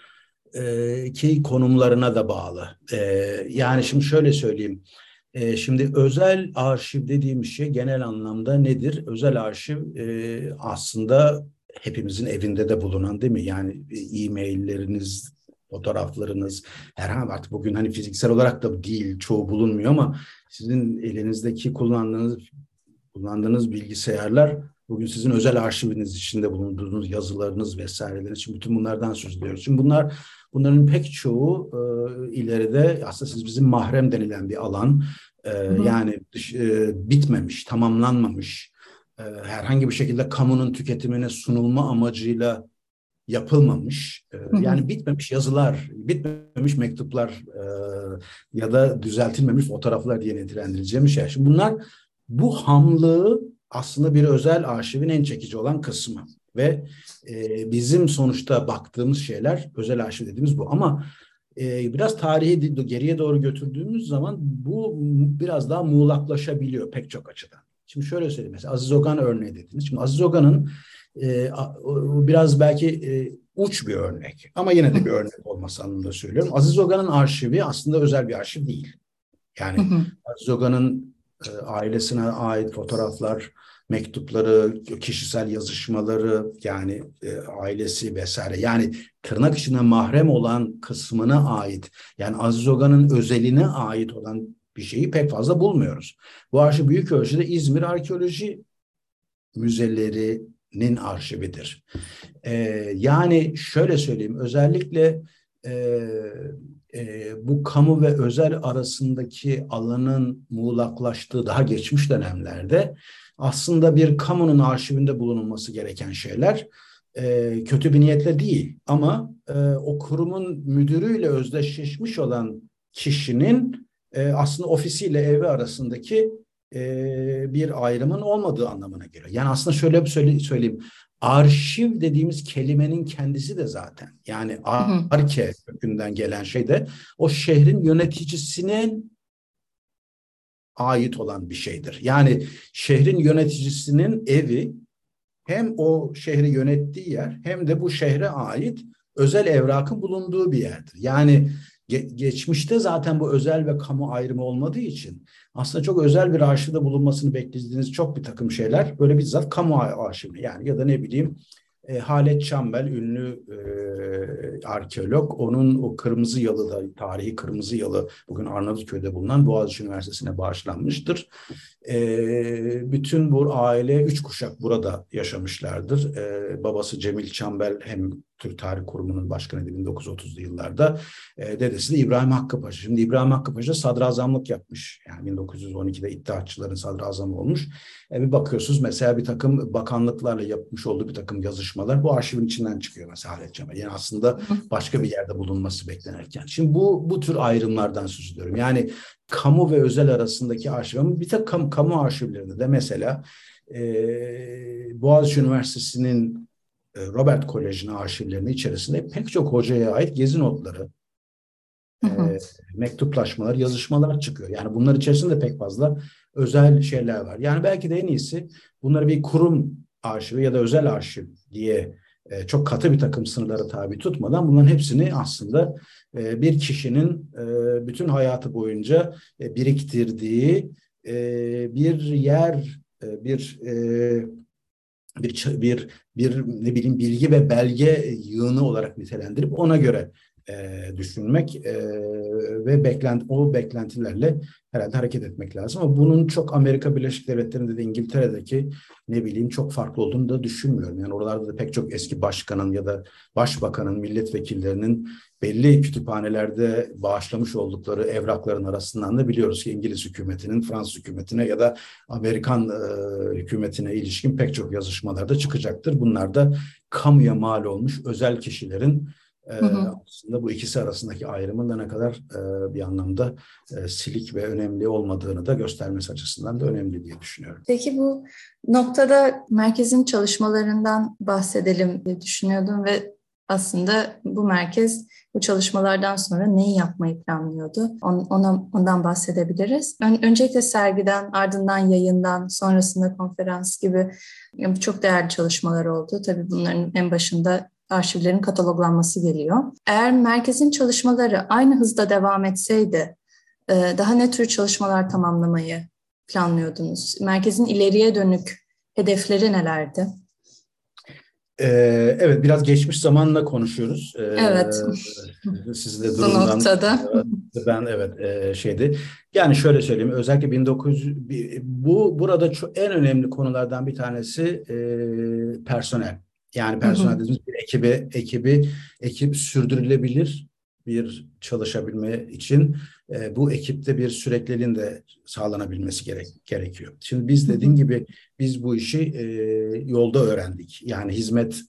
ki konumlarına da bağlı. Yani şimdi şöyle söyleyeyim. Şimdi özel arşiv dediğim şey genel anlamda nedir? Özel arşiv aslında hepimizin evinde de bulunan, değil mi? Yani e-mailleriniz, fotoğraflarınız, herhangi artık bugün hani fiziksel olarak da değil, çoğu bulunmuyor ama sizin elinizdeki kullandığınız bilgisayarlar bugün sizin özel arşiviniz içinde bulunduğunuz yazılarınız vesaireler için bütün bunlardan söz ediyoruz. Şimdi bunların pek çoğu ileride aslında bizim mahrem denilen bir alan. Yani bitmemiş, tamamlanmamış, herhangi bir şekilde kamunun tüketimine sunulma amacıyla yapılmamış, yani bitmemiş yazılar, bitmemiş mektuplar ya da düzeltilmemiş fotoğraflar diye nitelendireceğim şey. Şimdi bu hamlığı aslında bir özel arşivin en çekici olan kısmı ve bizim sonuçta baktığımız şeyler özel arşiv dediğimiz bu. Ama biraz tarihi geriye doğru götürdüğümüz zaman bu biraz daha muğlaklaşabiliyor pek çok açıdan. Şimdi şöyle söyleyeyim, mesela Aziz Ogan örneği dediniz. Şimdi Aziz Ogan'ın biraz belki uç bir örnek ama yine de bir örnek olması anlamında söylüyorum. Aziz Ogan'ın arşivi aslında özel bir arşiv değil. Yani Aziz Ogan'ın ailesine ait fotoğraflar, mektupları, kişisel yazışmaları, yani ailesi vesaire, yani tırnak içinde mahrem olan kısmına ait, yani Aziz Ogan'ın özeline ait olan bir şeyi pek fazla bulmuyoruz. Bu arşiv büyük ölçüde İzmir Arkeoloji Müzelerinin arşividir. Yani şöyle söyleyeyim, özellikle bu kamu ve özel arasındaki alanın muğlaklaştığı daha geçmiş dönemlerde aslında bir kamunun arşivinde bulunulması gereken şeyler kötü bir niyetle değil, ama o kurumun müdürüyle özdeşleşmiş olan kişinin aslında ofisiyle evi arasındaki bir ayrımın olmadığı anlamına geliyor. Yani aslında şöyle bir söyleyeyim. Arşiv dediğimiz kelimenin kendisi de zaten, yani arke kökünden gelen şey de o şehrin yöneticisinin ait olan bir şeydir. Yani şehrin yöneticisinin evi hem o şehri yönettiği yer hem de bu şehre ait özel evrakın bulunduğu bir yerdir. Yani geçmişte zaten bu özel ve kamu ayrımı olmadığı için aslında çok özel bir arşivde bulunmasını beklediğiniz çok bir takım şeyler böyle bizzat kamu arşivi, yani ya da ne bileyim Halet Çambel, ünlü arkeolog, onun o Kırmızı Yalı'da, tarihi Kırmızı Yalı bugün Arnavutköy'de bulunan Boğaziçi Üniversitesi'ne bağışlanmıştır. Bütün bu aile 3 kuşak burada yaşamışlardır. Babası Cemil Çambel hem Türk Tarih Kurumu'nun başkanıydı 1930'lu yıllarda. Dedesi de İbrahim Hakkı Paşa. Şimdi İbrahim Hakkı Paşa sadrazamlık yapmış. Yani 1912'de İttihatçıların sadrazamı olmuş. Bir bakıyorsunuz mesela bir takım bakanlıklarla yapmış olduğu bir takım yazışmalar bu arşivin içinden çıkıyor mesela Halet Çambel. Yani aslında başka bir yerde bulunması beklenirken. Şimdi bu tür ayrımlardan söz ediyorum. Yani kamu ve özel arasındaki arşiv. Ama bir tek kamu arşivlerinde de mesela Boğaziçi Üniversitesi'nin Robert Koleji'nin arşivlerinin içerisinde pek çok hocaya ait gezi notları, mektuplaşmalar, yazışmalar çıkıyor. Yani bunlar içerisinde pek fazla özel şeyler var. Yani belki de en iyisi bunları bir kurum arşivi ya da özel arşiv diye çok katı bir takım sınırlara tabi tutmadan bunların hepsini aslında bir kişinin bütün hayatı boyunca biriktirdiği bir yer, bir ne bileyim bilgi ve belge yığını olarak nitelendirip ona göre düşünmek ve o beklentilerle herhalde hareket etmek lazım. Ama bunun çok Amerika Birleşik Devletleri'nde de İngiltere'deki ne bileyim çok farklı olduğunu da düşünmüyorum. Yani oralarda da pek çok eski başkanın ya da başbakanın, milletvekillerinin belli kütüphanelerde bağışlamış oldukları evrakların arasından da biliyoruz ki İngiliz hükümetinin Fransız hükümetine ya da Amerikan hükümetine ilişkin pek çok yazışmalarda çıkacaktır. Bunlar da kamuya mal olmuş özel kişilerin Hı hı. aslında bu ikisi arasındaki ayrımın da ne kadar bir anlamda silik ve önemli olmadığını da göstermesi açısından da önemli diye düşünüyorum. Peki bu noktada merkezin çalışmalarından bahsedelim diye düşünüyordum ve aslında bu merkez bu çalışmalardan sonra neyi yapmayı planlıyordu? Ondan bahsedebiliriz. Öncelikle sergiden, ardından yayından, sonrasında konferans gibi çok değerli çalışmalar oldu. Tabii bunların en başında arşivlerin kataloglanması geliyor. Eğer merkezin çalışmaları aynı hızda devam etseydi, daha ne tür çalışmalar tamamlamayı planlıyordunuz? Merkezin ileriye dönük hedefleri nelerdi? Evet, biraz geçmiş zamanla konuşuyoruz. Evet, Siz de bu durumdan noktada. ben evet şeydi. Yani şöyle söyleyeyim, özellikle 1900 burada en önemli konulardan bir tanesi personel. Yani Hı hı, personel dediğimiz bir ekip sürdürülebilir bir çalışabilme için bu ekipte bir sürekliliğin de sağlanabilmesi gerekiyor. Şimdi biz hı hı, dediğim gibi biz bu işi yolda öğrendik. Yani hizmet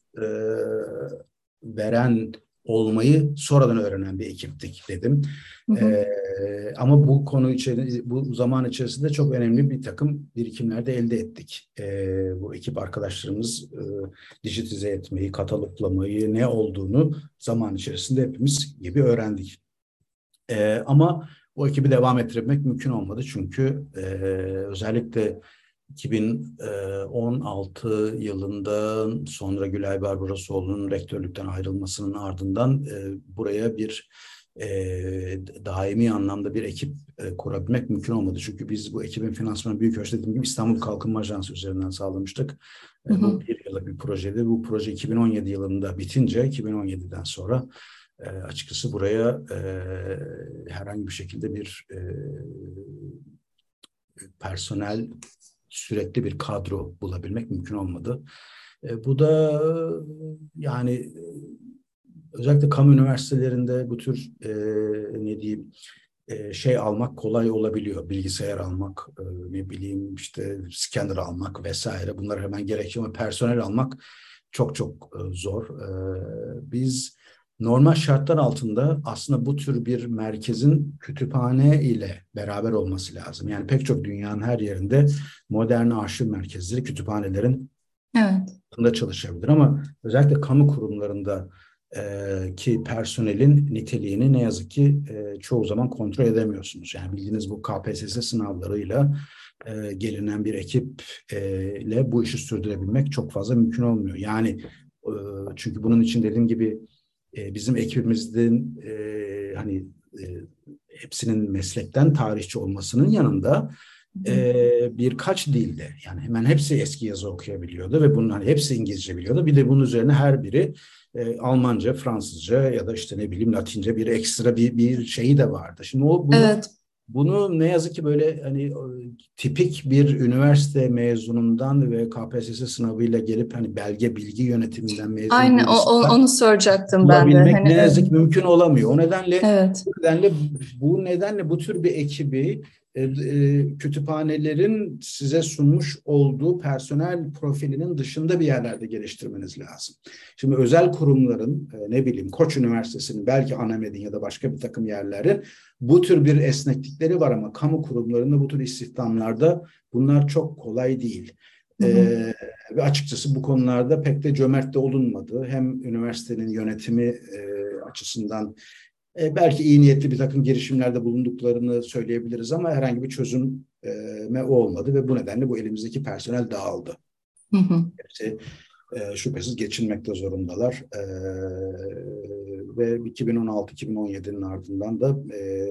veren olmayı sonradan öğrenen bir ekiptik dedim. hı hı, Ama bu zaman içerisinde çok önemli bir takım birikimler de elde ettik. Bu ekip arkadaşlarımız dijitize etmeyi, kataloglamayı, ne olduğunu zaman içerisinde hepimiz gibi öğrendik. Ama o ekibi devam ettirmek mümkün olmadı çünkü özellikle 2016 yılından sonra Gülay Barbarosoğlu'nun rektörlükten ayrılmasının ardından buraya bir daimi anlamda bir ekip kurabilmek mümkün olmadı. Çünkü biz bu ekibin finansmanı büyük ölçüde dediğim gibi İstanbul Kalkınma Ajansı üzerinden sağlamıştık. hı hı. Bu bir yıllık bir projeydi. Bu proje 2017 yılında bitince 2017'den sonra açıkçası buraya herhangi bir şekilde bir personel sürekli bir kadro bulabilmek mümkün olmadı. Bu da yani özellikle kamu üniversitelerinde bu tür ne diyeyim şey almak kolay olabiliyor. Bilgisayar almak, ne bileyim işte scanner almak vesaire. Bunlar hemen gerekiyor ama personel almak çok çok zor. Biz normal şartlar altında aslında bu tür bir merkezin kütüphane ile beraber olması lazım. Yani pek çok dünyanın her yerinde modern arşiv merkezleri kütüphanelerin Evet. altında çalışabilir ama özellikle kamu kurumlarında ki personelin niteliğini ne yazık ki çoğu zaman kontrol edemiyorsunuz. Yani bildiğiniz bu KPSS sınavlarıyla gelinen bir ekip ile bu işi sürdürebilmek çok fazla mümkün olmuyor. Yani çünkü bunun için dediğim gibi bizim ekibimizin hani hepsinin meslekten tarihçi olmasının yanında birkaç dilde yani hemen hepsi eski yazı okuyabiliyordu ve bunların hepsi İngilizce biliyordu. Bir de bunun üzerine her biri Almanca, Fransızca ya da işte ne bileyim Latince bir ekstra bir şeyi de vardı. Şimdi Evet. bunu ne yazık ki böyle hani tipik bir üniversite mezunundan ve KPSS sınavıyla gelip hani belge bilgi yönetiminden mezun Aynı birisinden onu soracaktım ben de. bulabilmek Hani ne yazık ki mümkün olamıyor. O nedenle evet. bu tür bir ekibi kütüphanelerin size sunmuş olduğu personel profilinin dışında bir yerlerde geliştirmeniz lazım. Şimdi özel kurumların ne bileyim Koç Üniversitesi'nin belki ANAMED'in ya da başka bir takım yerlerin bu tür bir esneklikleri var ama kamu kurumlarında bu tür istihdamlarda bunlar çok kolay değil. Hı hı. Ve açıkçası bu konularda pek de cömert de olunmadı. Hem üniversitenin yönetimi açısından belki iyi niyetli bir takım girişimlerde bulunduklarını söyleyebiliriz ama herhangi bir çözüme olmadı ve bu nedenle bu elimizdeki personel dağıldı. Hı hı. Hepsi şüphesiz geçinmekte zorundalar. Ve 2016-2017'nin ardından da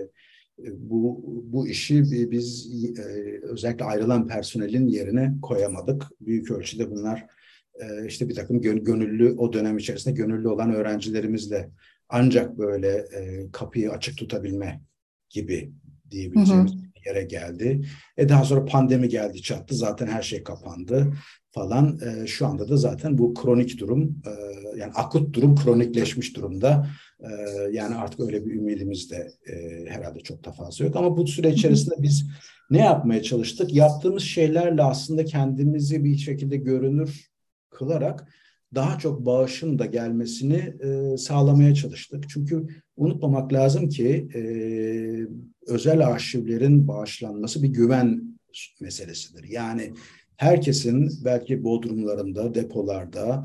bu işi biz özellikle ayrılan personelin yerine koyamadık. Büyük ölçüde bunlar işte bir takım gönüllü, o dönem içerisinde gönüllü olan öğrencilerimizle ancak böyle kapıyı açık tutabilme gibi Hı hı. diyebileceğimiz bir yere geldi. Daha sonra pandemi geldi çattı. Zaten her şey kapandı falan. Şu anda da zaten bu kronik durum, yani akut durum kronikleşmiş durumda. Yani artık öyle bir ümidimiz de herhalde çok da fazla yok. Ama bu süre içerisinde biz ne yapmaya çalıştık? Yaptığımız şeylerle aslında kendimizi bir şekilde görünür kılarak daha çok bağışın da gelmesini sağlamaya çalıştık. Çünkü unutmamak lazım ki özel arşivlerin bağışlanması bir güven meselesidir. Yani herkesin belki bodrumlarında, depolarda,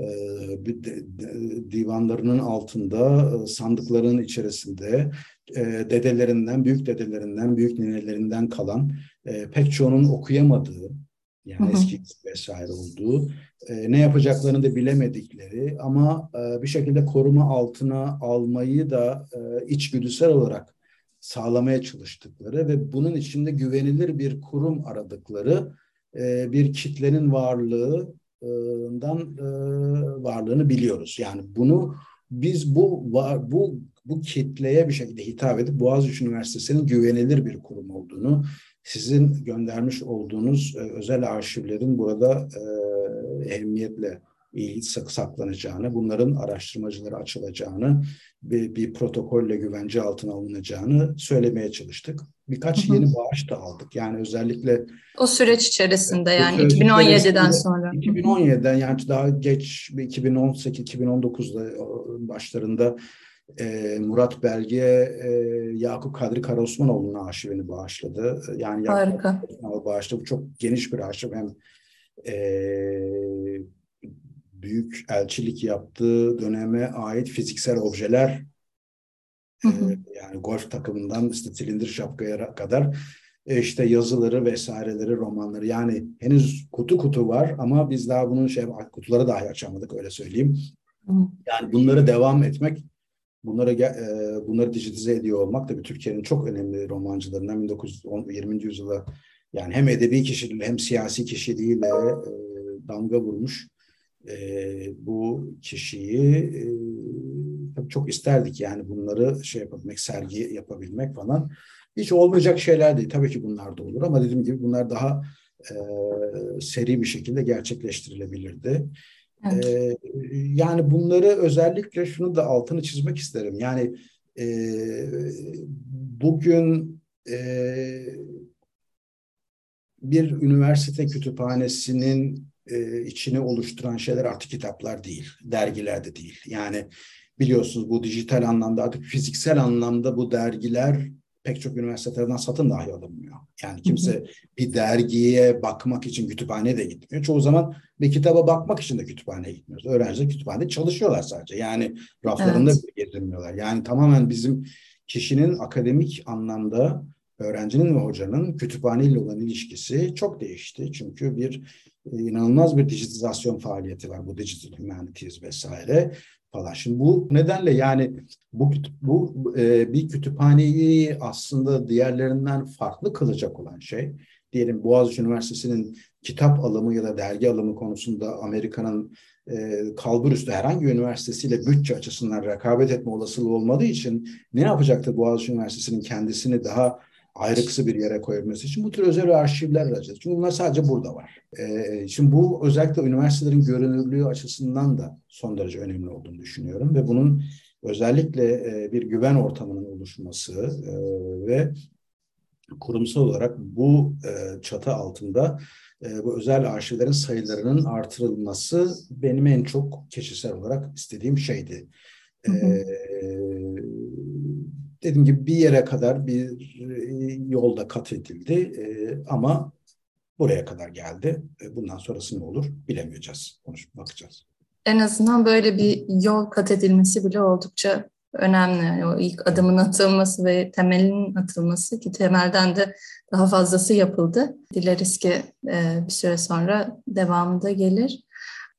divanlarının altında, sandıkların içerisinde dedelerinden, büyük dedelerinden, büyük ninelerinden kalan pek çoğunun okuyamadığı, Hı yani hı. eski vesaire olduğu, ne yapacaklarını da bilemedikleri ama bir şekilde koruma altına almayı da içgüdüsel olarak sağlamaya çalıştıkları ve bunun içinde güvenilir bir kurum aradıkları bir kitlenin varlığını biliyoruz. Yani bunu biz bu kitleye bir şekilde hitap edip Boğaziçi Üniversitesi'nin güvenilir bir kurum olduğunu, sizin göndermiş olduğunuz özel arşivlerin burada ehemmiyetle ilgi saklanacağını, bunların araştırmacılara açılacağını, bir protokolle güvence altına alınacağını söylemeye çalıştık. Hı Birkaç hı. yeni bağış da aldık. Yani özellikle O süreç içerisinde bu yani süreç 2017'den içerisinde sonra. Hı hı. 2017'den, yani daha geç 2018-2019'da başlarında Murat Belge Yakup Kadri Karaosmanoğlu'nun arşivini bağışladı. Yani Yakup Kadri Harika. Karaosmanoğlu bağışladı. Bu çok geniş bir arşiv. Hem büyük elçilik yaptığı döneme ait fiziksel objeler, Hı hı. yani golf takımından işte silindir şapkaya kadar işte yazıları vesaireleri, romanları, yani henüz kutu kutu var ama biz daha bunun kutuları dahi açamadık, öyle söyleyeyim. Hı hı. Yani bunları devam etmek, bunları dijitize ediyor olmak da Türkiye'nin çok önemli romancılarından 1920. yüzyıla, yani hem edebi kişiliğiyle hem siyasi kişiliğiyle damga vurmuş bu kişiyi tabii çok isterdik, yani bunları yapabilmek, sergi yapabilmek falan. Hiç olmayacak şeyler değil. Tabii ki bunlar da olur ama dediğim gibi bunlar daha seri bir şekilde gerçekleştirilebilirdi. Evet. Yani bunları özellikle şunu da altını çizmek isterim. Yani e, bugün bir üniversite kütüphanesinin içini oluşturan şeyler artık kitaplar değil, dergiler de değil. Yani biliyorsunuz bu dijital anlamda, artık fiziksel anlamda bu dergiler pek çok üniversite tarafından satın dahi alınmıyor. Yani Hı hı. kimse bir dergiye bakmak için kütüphaneye de gitmiyor. Çoğu zaman bir kitaba bakmak için de kütüphaneye gitmiyoruz. Öğrenciler kütüphanede çalışıyorlar sadece. Yani raflarında Evet. bile gezinmiyorlar. Yani tamamen bizim kişinin akademik anlamda, öğrencinin ve hocanın kütüphaneyle olan ilişkisi çok değişti. Çünkü inanılmaz bir dijitizasyon faaliyeti var. Bu digital humanities vesaire falan. Şimdi bu nedenle yani bir kütüphaneyi aslında diğerlerinden farklı kılacak olan şey, diyelim Boğaziçi Üniversitesi'nin kitap alımı ya da dergi alımı konusunda Amerika'nın kalburüstü herhangi bir üniversitesiyle bütçe açısından rekabet etme olasılığı olmadığı için ne yapacaktır Boğaziçi Üniversitesi'nin kendisini daha ayrıksı bir yere koyabilmesi için? Bu tür özel arşivler arayacağız. Çünkü bunlar sadece burada var. Şimdi bu özellikle üniversitelerin görünürlüğü açısından da son derece önemli olduğunu düşünüyorum ve bunun özellikle bir güven ortamının oluşması ve kurumsal olarak bu çatı altında bu özel arşivlerin sayılarının artırılması benim en çok kişisel olarak istediğim şeydi. Hı hı. Ee, Dediğim gibi bir yere kadar bir yolda kat edildi ama buraya kadar geldi. Bundan sonrası ne olur bilemeyeceğiz. Konuşup bakacağız. En azından böyle bir yol kat edilmesi bile oldukça önemli. Yani o ilk adımın atılması ve temelinin atılması, ki temelden de daha fazlası yapıldı. Dileriz ki bir süre sonra devamı da gelir.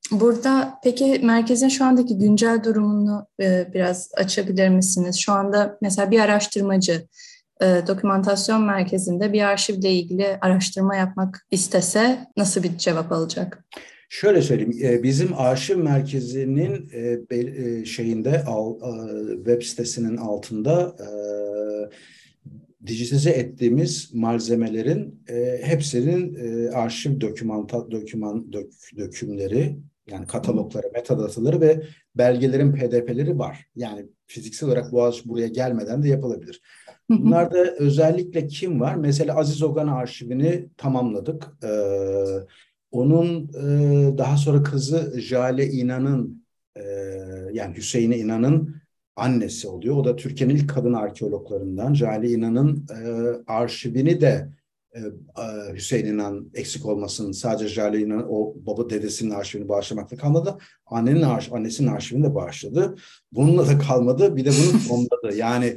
Burada peki merkezin şu andaki güncel durumunu biraz açabilir misiniz? Şu anda mesela bir araştırmacı dokümantasyon merkezinde bir arşivle ilgili araştırma yapmak istese nasıl bir cevap alacak? Şöyle söyleyeyim, bizim arşiv merkezinin web sitesinin altında dijitize ettiğimiz malzemelerin hepsinin arşiv dökümleri, yani katalogları, metadataları ve belgelerin PDF'leri var. Yani fiziksel olarak Boğaziçi buraya gelmeden de yapılabilir. Bunlarda özellikle kim var? Mesela Aziz Ogan arşivini tamamladık. Onun daha sonra kızı Jale İnan'ın yani Hüseyin İnan'ın annesi oluyor. O da Türkiye'nin ilk kadın arkeologlarından. Jale İnan'ın arşivini de Hüseyin İnan eksik olmasın. Sadece Jale İnan o baba dedesinin arşivini bağışlamakla kalmadı. Annesinin arşivini de bağışladı. Bununla da kalmadı. Bir de bunu fonladı. Yani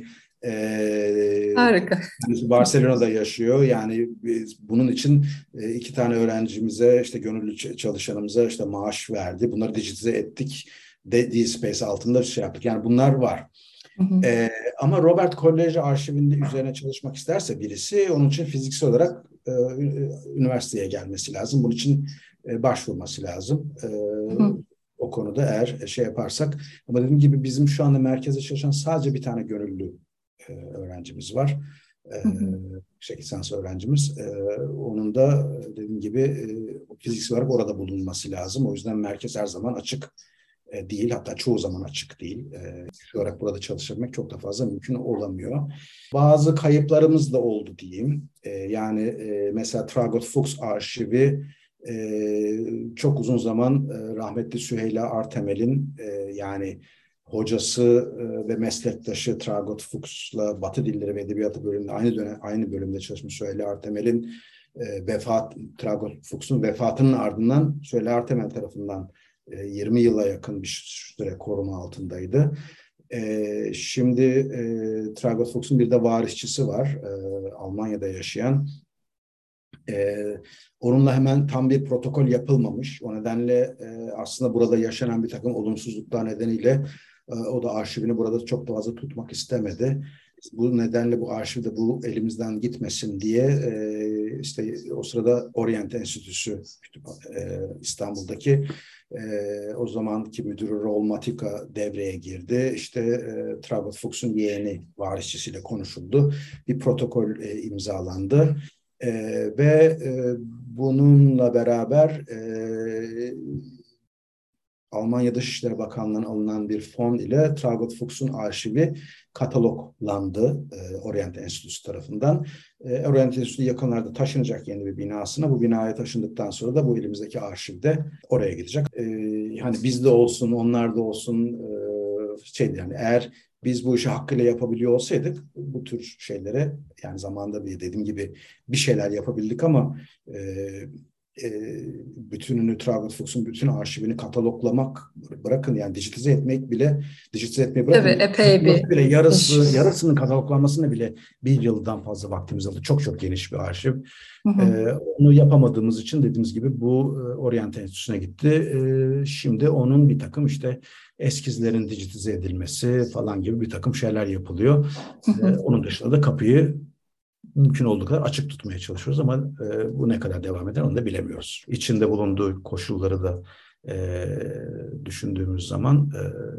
Harika. Barcelona'da yaşıyor. Yani biz bunun için iki tane öğrencimize, işte gönüllü çalışanımıza işte maaş verdi. Bunları dijitize ettik. DSpace altında bir şey yaptık. Yani bunlar var. Ama Robert College arşivinde üzerine çalışmak isterse birisi, onun için fiziksel olarak üniversiteye gelmesi lazım. Bunun için başvurması lazım. O konuda eğer şey yaparsak. Ama dediğim gibi bizim şu anda merkezde çalışan sadece bir tane gönüllü öğrencimiz var. Yüksek lisans öğrencimiz. Onun da dediğim gibi fiziksel olarak orada bulunması lazım. O yüzden merkez her zaman açık değil. Hatta çoğu zaman açık değil. Şu olarak burada çalışabilmek çok da fazla mümkün olamıyor. Bazı kayıplarımız da oldu diyeyim. Yani mesela Tragot Fuchs arşivi çok uzun zaman rahmetli Süheyla Artemel'in yani hocası ve meslektaşı Tragot Fuchs'la Batı Dilleri ve Edebiyatı bölümünde aynı bölümde çalışmış Süheyla Artemel'in Tragot Fuchs'un vefatının ardından Süheyla Artemel tarafından 20 yıla yakın bir süre koruma altındaydı. Şimdi Tragot Fuchs'un bir de varisçisi var, Almanya'da yaşayan. Onunla hemen tam bir protokol yapılmamış. O nedenle aslında burada yaşanan bir takım olumsuzluklar nedeniyle o da arşivini burada çok fazla tutmak istemedi. Bu nedenle bu arşivde bu elimizden gitmesin diye işte o sırada Orient Enstitüsü İstanbul'daki o zamanki müdürü Raul Matika devreye girdi. İşte Tragot Fuchs'un yeğeni varisçisiyle konuşuldu. Bir protokol imzalandı. Ve bununla beraber Almanya Dışişleri Bakanlığı'ndan alınan bir fon ile Tragot Fuchs'un arşivi kataloglandı Orient Enstitüsü tarafından. Orient Enstitüsü yakınlarda taşınacak yeni bir binasına. Bu binaya taşındıktan sonra da bu elimizdeki arşivde oraya gidecek. Hani bizde olsun, onlarda olsun yani eğer biz bu işi hakkıyla yapabiliyor olsaydık bu tür şeylere, yani zamanında dediğim gibi bir şeyler yapabildik ama bütününü, Tragot Fuchs'un bütün arşivini kataloglamak bırakın, yani dijitize etmeyi bırakın. Tabii epey bir yarısının kataloglanmasına bile bir yıldan fazla vaktimiz aldı. Çok çok geniş bir arşiv. Onu yapamadığımız için dediğimiz gibi bu Orient Enstitüsü'ne gitti. Şimdi onun bir takım işte eskizlerin dijitize edilmesi falan gibi bir takım şeyler yapılıyor. Onun dışında da kapıyı mümkün olduğu kadar açık tutmaya çalışıyoruz ama bu ne kadar devam eder onu da bilemiyoruz. İçinde bulunduğu koşulları da düşündüğümüz zaman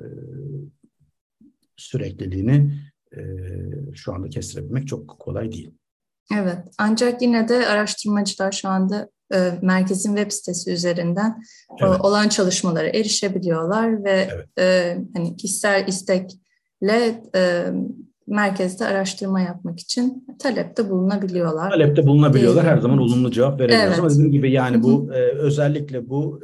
sürekliliğini şu anda kestirebilmek çok kolay değil. Evet, ancak yine de araştırmacılar şu anda merkezin web sitesi üzerinden olan çalışmalara erişebiliyorlar ve hani kişisel istekle merkezde araştırma yapmak için talepte bulunabiliyorlar. Her zaman olumlu cevap veremiyoruz. Evet. Ama dediğim gibi yani bu özellikle bu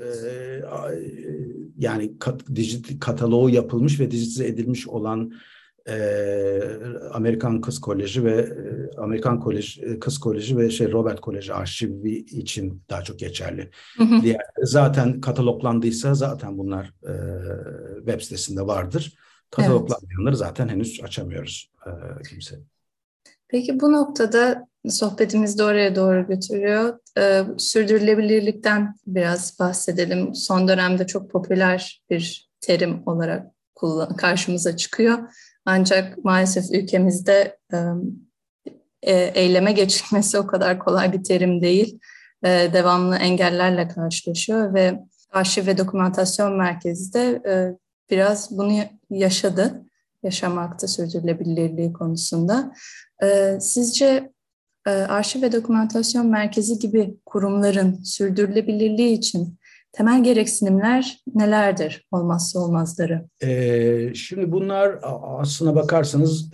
yani kataloğu yapılmış ve dijitize edilmiş olan Amerikan Kız Koleji ve Kız Koleji ve Robert Koleji arşivi için daha çok geçerli. Diğer zaten kataloglandıysa zaten bunlar web sitesinde vardır. Kataloglanmayanları zaten henüz açamıyoruz kimse. Peki bu noktada sohbetimiz de oraya doğru götürüyor. Sürdürülebilirlikten biraz bahsedelim. Son dönemde çok popüler bir terim olarak karşımıza çıkıyor. Ancak maalesef ülkemizde eyleme geçilmesi o kadar kolay bir terim değil. Devamlı engellerle karşılaşıyor ve Arşiv ve Dokümantasyon Merkezi de biraz bunu yaşamakta sürdürülebilirliği konusunda. Sizce Arşiv ve Dokümantasyon Merkezi gibi kurumların sürdürülebilirliği için temel gereksinimler nelerdir, olmazsa olmazları? Şimdi bunlar aslına bakarsanız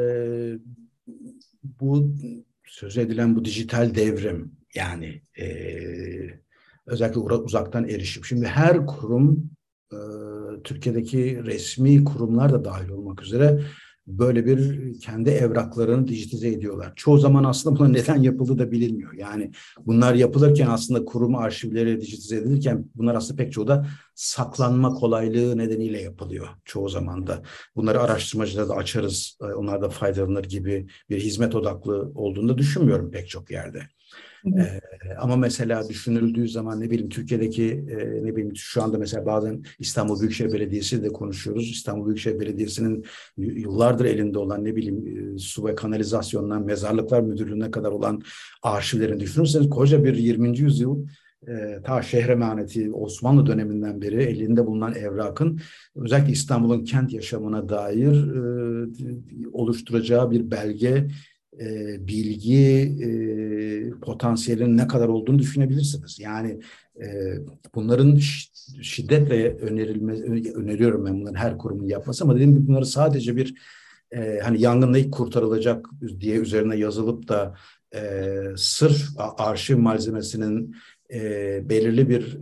bu söz edilen bu dijital devrim yani özellikle uzaktan erişim. Şimdi her kurum Türkiye'deki resmi kurumlar da dahil olmak üzere böyle bir kendi evraklarını dijitize ediyorlar. Çoğu zaman aslında buna neden yapıldığı da bilinmiyor. Yani bunlar yapılırken aslında kurum arşivleri dijitize edilirken bunlar aslında pek çoğu da saklanma kolaylığı nedeniyle yapılıyor çoğu zaman da. Bunları araştırmacılara da açarız, onlar da faydalanır gibi bir hizmet odaklı olduğunu da düşünmüyorum pek çok yerde. Ama mesela düşünüldüğü zaman ne bileyim Türkiye'deki ne bileyim şu anda mesela bazen İstanbul Büyükşehir Belediyesi de konuşuyoruz. İstanbul Büyükşehir Belediyesi'nin yıllardır elinde olan ne bileyim su ve kanalizasyondan mezarlıklar müdürlüğüne kadar olan arşivlerini düşünürseniz koca bir 20. yüzyıl ta şehre emaneti Osmanlı döneminden beri elinde bulunan evrakın özellikle İstanbul'un kent yaşamına dair oluşturacağı bir belge bilgi potansiyelinin ne kadar olduğunu düşünebilirsiniz. Yani bunların şiddetle öneriyorum ben bunların her kurumun yapması ama dediğim gibi bunları sadece bir hani yangında ilk kurtarılacak diye üzerine yazılıp da sırf arşiv malzemesinin belirli bir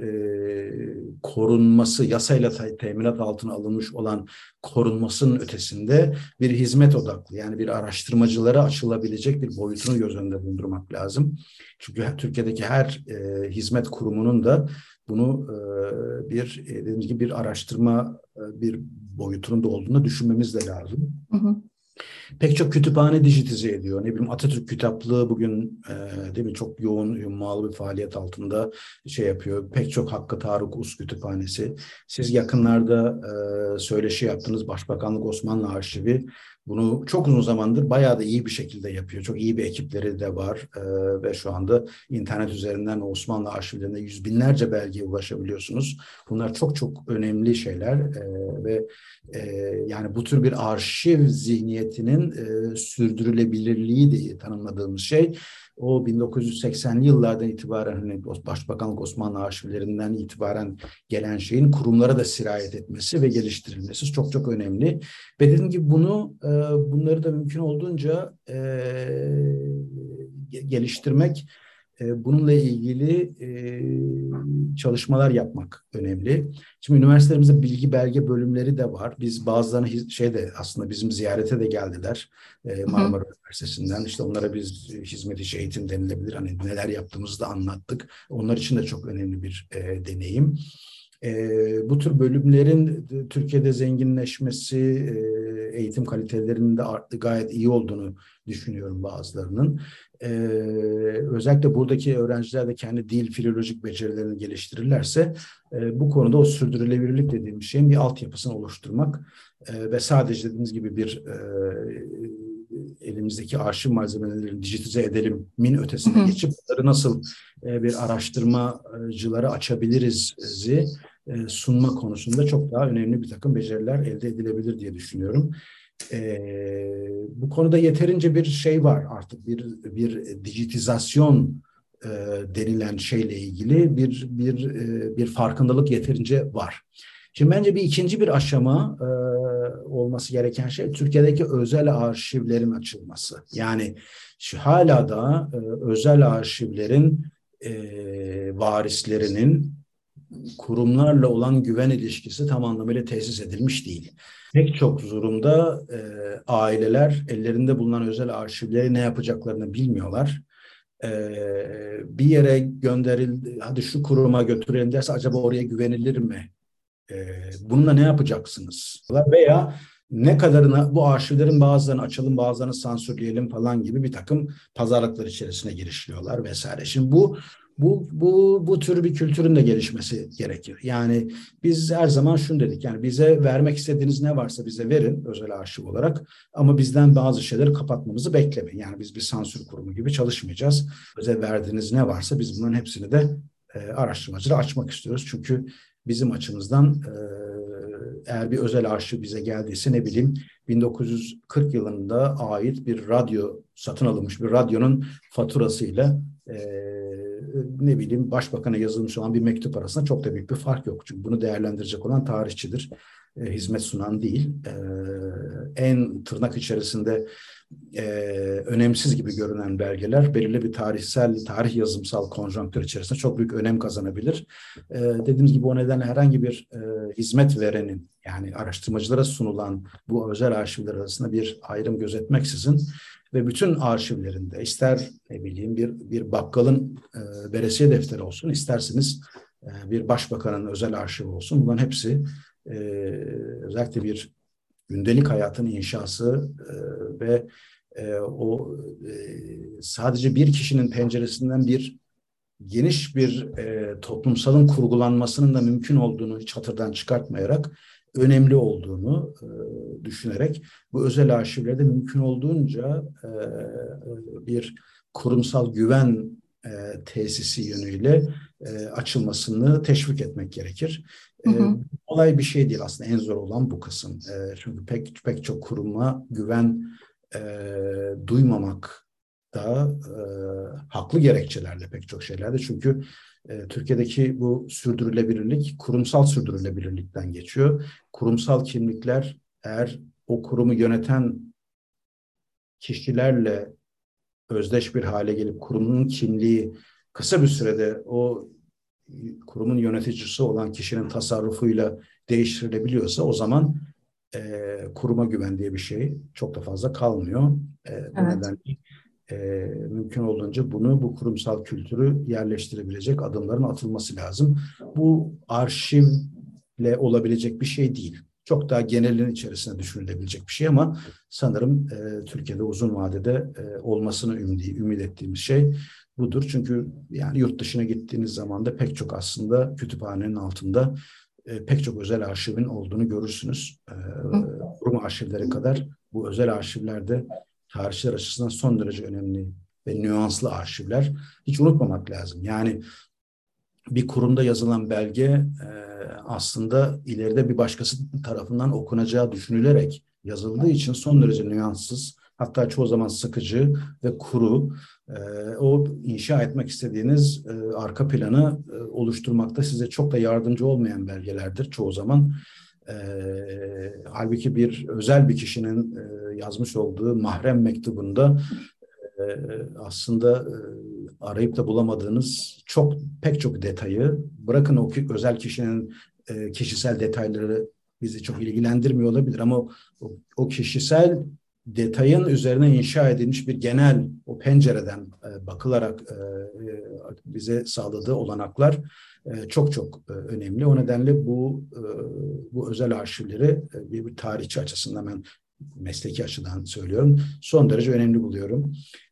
korunması, yasayla teminat altına alınmış olan korunmasının ötesinde bir hizmet odaklı, yani bir araştırmacılara açılabilecek bir boyutunu göz önünde bulundurmak lazım. Çünkü Türkiye'deki her hizmet kurumunun da bunu dediğimiz gibi bir araştırma bir boyutunun da olduğunu düşünmemiz de lazım. Hı hı. Pek çok kütüphane dijitize ediyor. Ne bileyim Atatürk Kitaplığı bugün değil mi çok yoğun, hummalı bir faaliyet altında şey yapıyor. Pek çok Hakkı Tarık Us Kütüphanesi. Siz yakınlarda söyleşi yaptınız. Başbakanlık Osmanlı Arşivi bunu çok uzun zamandır bayağı da iyi bir şekilde yapıyor. Çok iyi bir ekipleri de var ve şu anda internet üzerinden Osmanlı arşivlerine yüz binlerce belgeye ulaşabiliyorsunuz. Bunlar çok çok önemli şeyler ve yani bu tür bir arşiv zihniyetinin sürdürülebilirliği diye tanımladığımız şey o 1980'li yıllardan itibaren hani Başbakanlık Osmanlı arşivlerinden itibaren gelen şeyin kurumlara da sirayet etmesi ve geliştirilmesi çok çok önemli. Ve dediğim gibi bunları da mümkün olduğunca geliştirmek, bununla ilgili çalışmalar yapmak önemli. Şimdi üniversitelerimizde bilgi belge bölümleri de var. Biz bazılarını aslında bizim ziyarete de geldiler Marmara Üniversitesi'nden. İşte onlara biz hizmet içi eğitim denilebilir. Hani neler yaptığımızı da anlattık. Onlar için de çok önemli bir deneyim. Bu tür bölümlerin Türkiye'de zenginleşmesi, eğitim kalitelerinin de gayet iyi olduğunu düşünüyorum bazılarının. Özellikle buradaki öğrenciler de kendi dil, filolojik becerilerini geliştirirlerse bu konuda o sürdürülebilirlik dediğim şeyin bir altyapısını oluşturmak ve sadece dediğimiz gibi bir elimizdeki arşiv malzemelerini dijitize edelim'in ötesine geçip bunları nasıl bir araştırmacılara açabiliriz sunma konusunda çok daha önemli bir takım beceriler elde edilebilir diye düşünüyorum. Bu konuda yeterince bir şey var artık bir dijitizasyon denilen şeyle ilgili bir farkındalık yeterince var. Şimdi bence bir ikinci bir aşama olması gereken şey Türkiye'deki özel arşivlerin açılması. Yani hala da özel arşivlerin varislerinin kurumlarla olan güven ilişkisi tam anlamıyla tesis edilmiş değil. Pek çok durumda aileler ellerinde bulunan özel arşivleri ne yapacaklarını bilmiyorlar. Bir yere gönderildi, hadi şu kuruma götürelim derse acaba oraya güvenilir mi? Bununla ne yapacaksınız? Veya ne kadarına bu arşivlerin bazılarını açalım, bazılarını sansürleyelim falan gibi bir takım pazarlıklar içerisine girişiliyorlar vesaire. Şimdi bu tür bir kültürün de gelişmesi gerekir. Yani biz her zaman şunu dedik, yani bize vermek istediğiniz ne varsa bize verin özel arşiv olarak, ama bizden bazı şeyleri kapatmamızı beklemeyin. Yani biz bir sansür kurumu gibi çalışmayacağız. Bize verdiğiniz ne varsa biz bunların hepsini de araştırmacılara açmak istiyoruz. Çünkü bizim açımızdan eğer bir özel arşiv bize geldiyse, ne bileyim 1940 yılında ait bir radyo, satın alınmış bir radyonun faturasıyla ne bileyim başbakana yazılmış olan bir mektup arasında çok da büyük bir fark yok. Çünkü bunu değerlendirecek olan tarihçidir. Hizmet sunan değil. En tırnak içerisinde önemsiz gibi görünen belgeler belirli bir tarih yazımsal konjonktür içerisinde çok büyük önem kazanabilir. Dediğimiz gibi o nedenle herhangi bir hizmet verenin, yani araştırmacılara sunulan bu özel arşivler arasında bir ayrım gözetmeksizin ve bütün arşivlerinde, ister ne bileyim bir bakkalın veresiye defteri olsun, isterseniz bir başbakanın özel arşivi olsun, bunların hepsi özellikle bir gündelik hayatın inşası ve sadece bir kişinin penceresinden bir geniş bir toplumsalın kurgulanmasının da mümkün olduğunu hiç hatırdan çıkartmayarak, önemli olduğunu düşünerek bu özel arşivlerde mümkün olduğunca bir kurumsal güven tesisi yönüyle açılmasını teşvik etmek gerekir. Kolay bir şey değil aslında, en zor olan bu kısım. Çünkü pek çok kuruma güven duymamak da haklı gerekçelerle pek çok şeylerde. Çünkü Türkiye'deki bu sürdürülebilirlik kurumsal sürdürülebilirlikten geçiyor. Kurumsal kimlikler, eğer o kurumu yöneten kişilerle özdeş bir hale gelip kurumun kimliği kısa bir sürede o kurumun yöneticisi olan kişinin tasarrufuyla değiştirilebiliyorsa, o zaman kuruma güven diye bir şey çok da fazla kalmıyor. Bu nedenle mümkün olduğunca bu kurumsal kültürü yerleştirebilecek adımların atılması lazım. Bu arşivle olabilecek bir şey değil. Çok daha genelin içerisine düşünülebilecek bir şey, ama sanırım Türkiye'de uzun vadede olmasını ümit ettiğimiz şey budur. Çünkü yani yurt dışına gittiğiniz zaman da pek çok aslında kütüphanenin altında pek çok özel arşivin olduğunu görürsünüz. Kurum arşivleri kadar bu özel arşivlerde tarihçiler açısından son derece önemli ve nüanslı arşivler. Hiç unutmamak lazım. Yani bir kurumda yazılan belge aslında ileride bir başkası tarafından okunacağı düşünülerek yazıldığı için son derece nüanssız, hatta çoğu zaman sıkıcı ve kuru. O inşa etmek istediğiniz arka planı oluşturmakta size çok da yardımcı olmayan belgelerdir çoğu zaman. Halbuki özel bir kişinin yazmış olduğu mahrem mektubunda aslında arayıp da bulamadığınız pek çok detayı, bırakın o özel kişinin kişisel detayları bizi çok ilgilendirmiyor olabilir, ama o kişisel detayın üzerine inşa edilmiş bir genel, o pencereden bakılarak bize sağladığı olanaklar çok önemli. O nedenle bu özel arşivleri bir tarihçi açısından, ben mesleki açıdan söylüyorum, son derece önemli buluyorum.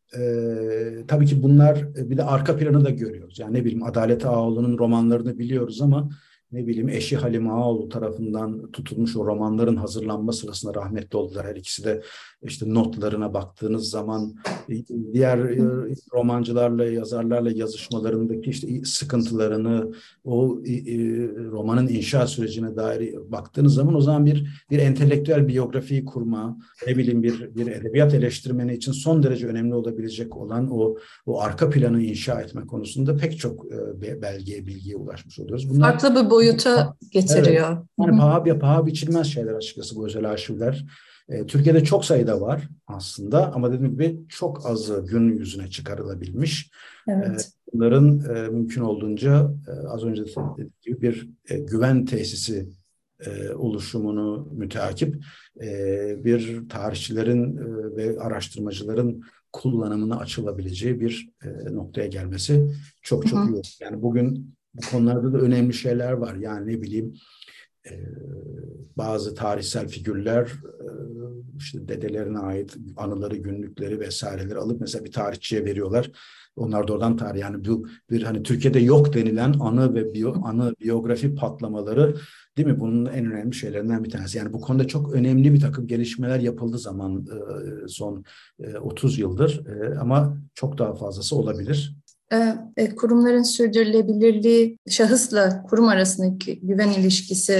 Tabii ki bunlar, bir de arka planı da görüyoruz. Yani ne bileyim Adalet Ağaoğlu'nun romanlarını biliyoruz, ama ne bileyim eşi Halime Ağaoğlu tarafından tutulmuş o romanların hazırlanma sırasında rahmetli oldular. Her ikisi de işte notlarına baktığınız zaman diğer romancılarla, yazarlarla yazışmalarındaki işte sıkıntılarını, o romanın inşa sürecine dair baktığınız zaman, o zaman bir entelektüel biyografiyi kurma, ne bileyim bir edebiyat eleştirmeni için son derece önemli olabilecek olan o arka planı inşa etme konusunda pek çok belgeye, bilgiye ulaşmış oluyoruz. Bunlar farklı bir boyuta getiriyor. Evet. Yani paha biçilmez şeyler açıkçası bu özel arşivler. Türkiye'de çok sayıda var aslında, ama dediğim gibi çok azı gün yüzüne çıkarılabilmiş. Evet. Bunların mümkün olduğunca az önce dediğim gibi bir güven tesisi oluşumunu müteakip bir tarihçilerin ve araştırmacıların kullanımına açılabileceği bir noktaya gelmesi çok iyi olur. Yani bugün bu konularda da önemli şeyler var. Yani ne bileyim bazı tarihsel figürler, işte dedelerine ait anıları, günlükleri vesaireleri alıp mesela bir tarihçiye veriyorlar. Onlar da oradan tarih, yani bu bir hani Türkiye'de yok denilen anı ve biyografi patlamaları, değil mi? Bunun en önemli şeylerinden bir tanesi. Yani bu konuda çok önemli bir takım gelişmeler yapıldı son 30 yıldır, ama çok daha fazlası olabilir. Kurumların sürdürülebilirliği, şahısla kurum arasındaki güven ilişkisi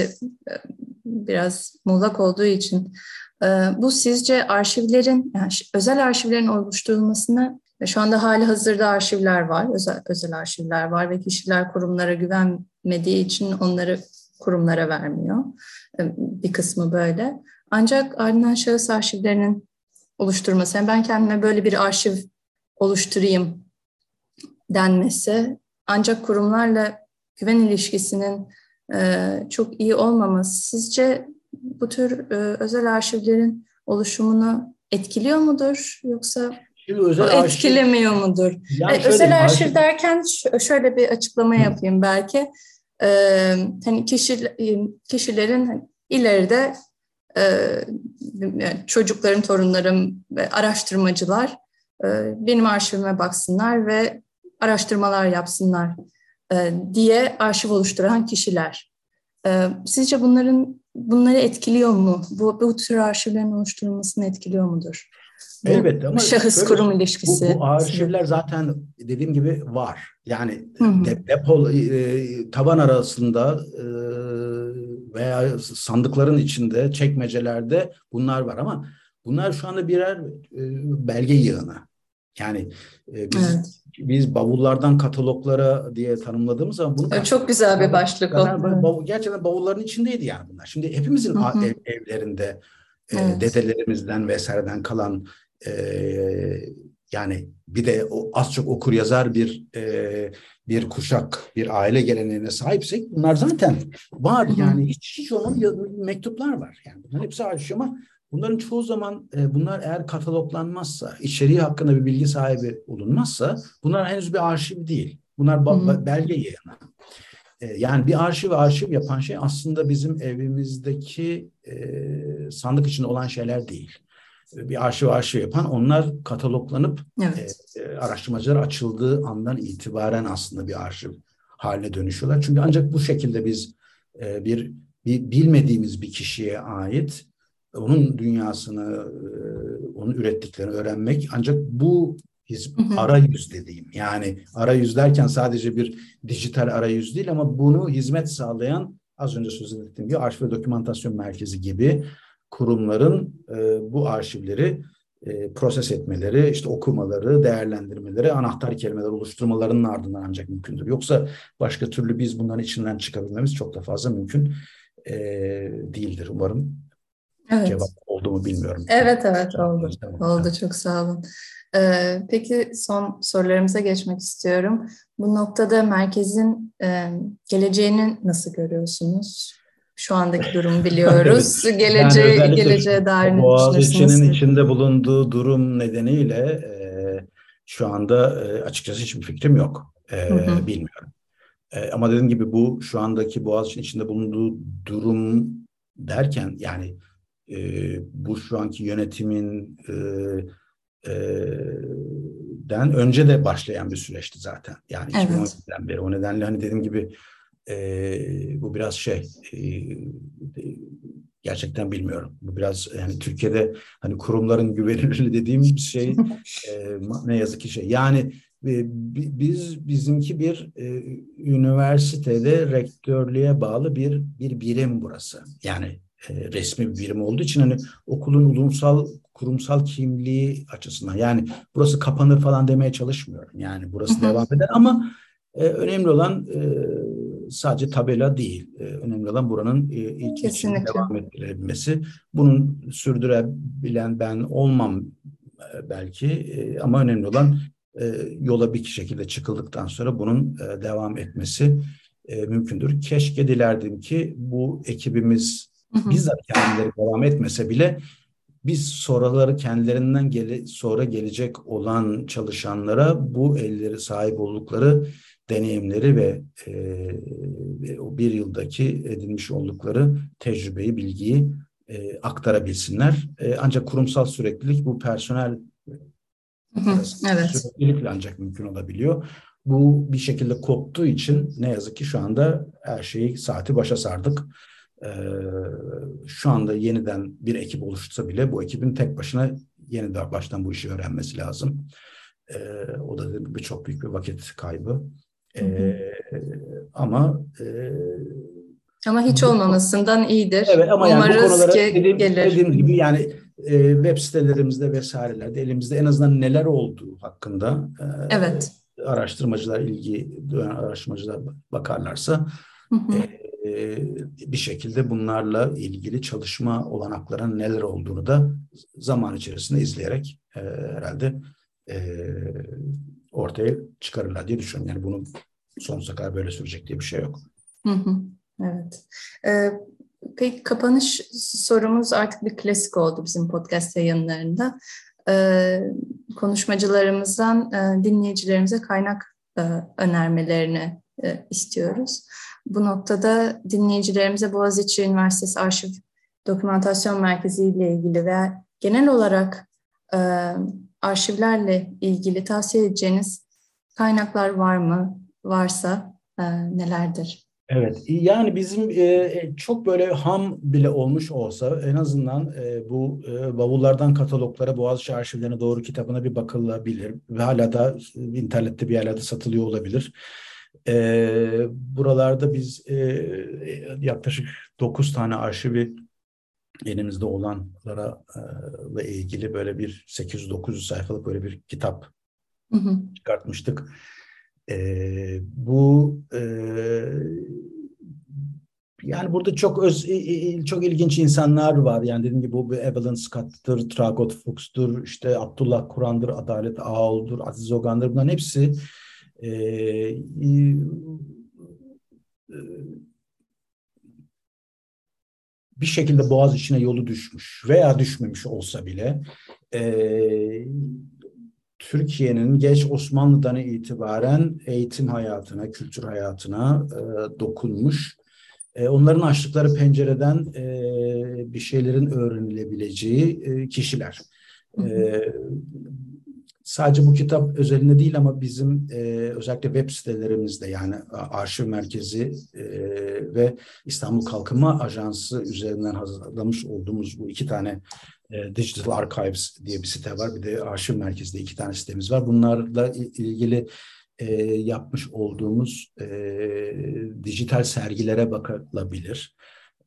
biraz muğlak olduğu için bu sizce arşivlerin, yani özel arşivlerin oluşturulmasına, şu anda hali hazırda arşivler var, özel arşivler var ve kişiler kurumlara güvenmediği için onları kurumlara vermiyor. Bir kısmı böyle. Ancak ardından şahıs arşivlerinin oluşturması, yani ben kendime böyle bir arşiv oluşturayım denmesi, ancak kurumlarla güven ilişkisinin çok iyi olmaması sizce bu tür özel arşivlerin oluşumunu etkiliyor mudur, yoksa etkilemiyor mudur? Yani özel arşiv derken şöyle bir açıklama yapayım belki. Hani kişilerin ileride çocuklarım, torunlarım ve araştırmacılar benim arşivime baksınlar ve araştırmalar yapsınlar diye arşiv oluşturan kişiler. Sizce bunları etkiliyor mu? Bu tür arşivlerin oluşturulmasını etkiliyor mudur? Elbette, ama şahıs kurum ilişkisi. Bu arşivler zaten dediğim gibi var. Yani taban arasında veya sandıkların içinde, çekmecelerde bunlar var, ama bunlar şu anda birer belge yığını. Yani biz bavullardan kataloglara diye tanımladığımız zaman bunu çok güzel bir başlık o. Gerçekten bavulların içindeydi yani bunlar. Şimdi hepimizin evlerinde dedelerimizden vesaireden kalan, yani bir de az çok okur yazar bir kuşak, bir aile geleneğine sahipsek bunlar zaten var. Yani hiç olmayan mektuplar var. Yani bunların hepsi arşiv, ama bunların çoğu zaman bunlar eğer kataloglanmazsa, içeriği hakkında bir bilgi sahibi olunmazsa bunlar henüz bir arşiv değil. Bunlar belge yığını. Yani bir arşiv yapan şey aslında bizim evimizdeki sandık içinde olan şeyler değil. Bir arşiv yapan, onlar kataloglanıp araştırmacılar açıldığı andan itibaren aslında bir arşiv haline dönüşüyorlar. Çünkü ancak bu şekilde biz bir bilmediğimiz bir kişiye ait onun dünyasını, onun ürettiklerini öğrenmek, ancak bu arayüz dediğim, yani arayüz derken sadece bir dijital arayüz değil, ama bunu hizmet sağlayan, az önce söz ettiğim gibi arşiv ve dokümantasyon merkezi gibi kurumların bu arşivleri proses etmeleri, işte okumaları, değerlendirmeleri, anahtar kelimeler oluşturmalarının ardından ancak mümkündür. Yoksa başka türlü biz bunların içinden çıkabilmemiz çok da fazla mümkün değildir. Umarım cevap oldu mu bilmiyorum. Evet oldu. Oldu, çok sağ olun. Peki son sorularımıza geçmek istiyorum. Bu noktada merkezin geleceğini nasıl görüyorsunuz? Şu andaki durumu biliyoruz. Evet. Geleceğe dair ne Boğaziçi'nin düşünürsünüz? içinde bulunduğu durum nedeniyle şu anda açıkçası hiçbir fikrim yok. Bilmiyorum. Ama dediğim gibi bu şu andaki Boğaziçi'nin içinde bulunduğu durum derken, yani bu şu anki yönetimin den önce de başlayan bir süreçti zaten. Yani 2017'den beri. O nedenle hani dediğim gibi bu biraz gerçekten bilmiyorum. Bu biraz, yani Türkiye'de hani kurumların güvenilirliği dediğim şey ne yazık ki yani bizimki bir üniversitede rektörlüğe bağlı bir birim burası. Yani resmi bir birim olduğu için hani okulun kurumsal kimliği açısından, yani burası kapanır falan demeye çalışmıyorum. Yani burası devam eder, ama önemli olan sadece tabela değil. Önemli olan buranın ilk için devam ettirebilmesi. Bunun sürdürebilen ben olmam belki, ama önemli olan yola bir şekilde çıkıldıktan sonra bunun devam etmesi mümkündür. Keşke dilerdim ki bu ekibimiz bizzat kendileri devam etmese bile biz sonraları kendilerinden sonra gelecek olan çalışanlara bu elleri sahip oldukları deneyimleri ve o bir yıldaki edinmiş oldukları tecrübeyi, bilgiyi aktarabilsinler. Ancak kurumsal süreklilik bu personel arasında Evet. süreklilikle ancak mümkün olabiliyor. Bu bir şekilde koptuğu için ne yazık ki şu anda her şeyi saati başa sardık. Şu anda yeniden bir ekip oluştursa bile bu ekibin tek başına yeniden baştan bu işi öğrenmesi lazım. O da dediğim gibi çok büyük bir vakit kaybı. Hı hı. Ama Ama hiç bu olmamasından iyidir. Evet ama yani bu Umarız konulara ki gelir. dediğim gibi yani web sitelerimizde vesairelerde elimizde en azından neler olduğu hakkında Evet. araştırmacılar ilgi duyan araştırmacılar bakarlarsa Hı e, hı. bir şekilde bunlarla ilgili çalışma olanaklarının neler olduğunu da zaman içerisinde izleyerek herhalde e, ortaya çıkarırlar diye düşünüyorum. Yani bunu sonsuza kadar böyle sürecek diye bir şey yok. Hı hı. Evet. Ee, peki kapanış sorumuz artık bir klasik oldu bizim podcast yayınlarında. Konuşmacılarımızdan dinleyicilerimize kaynak önermelerini istiyoruz. Bu noktada dinleyicilerimize Boğaziçi Üniversitesi Arşiv Dokümantasyon Merkezi ile ilgili veya genel olarak e, arşivlerle ilgili tavsiye edeceğiniz kaynaklar var mı? Varsa nelerdir? Evet, yani bizim çok böyle ham bile olmuş olsa en azından bu bavullardan kataloglara Boğaziçi arşivlerine doğru kitabına bir bakılabilir ve hala da internette bir yerlerde satılıyor olabilir. Buralarda biz yaklaşık 9 tane arşivi elimizde olanlara ile ilgili böyle bir 800-900 sayfalık böyle bir kitap Hı hı. çıkartmıştık. Bu yani burada çok ilginç insanlar var. Yani dediğim gibi bu Evelyn Scott'tır, Tragot Fuchs'tur, işte Abdullah Kur'an'dır, Adalet Ağol'dur, Aziz Ogan'dır. Bunların hepsi e, e, bir şekilde Boğaz içine yolu düşmüş veya düşmemiş olsa bile Türkiye'nin geç Osmanlı'dan itibaren eğitim hayatına, kültür hayatına dokunmuş. Onların açtıkları pencereden bir şeylerin öğrenilebileceği kişiler. Hı hı. E, Sadece bu kitap özelinde değil ama bizim özellikle web sitelerimizde yani Arşiv Merkezi ve İstanbul Kalkınma Ajansı üzerinden hazırlamış olduğumuz bu iki tane Digital Archives diye bir site var. Bir de Arşiv Merkezi'de iki tane sitemiz var. Bunlarla ilgili yapmış olduğumuz dijital sergilere bakılabilir.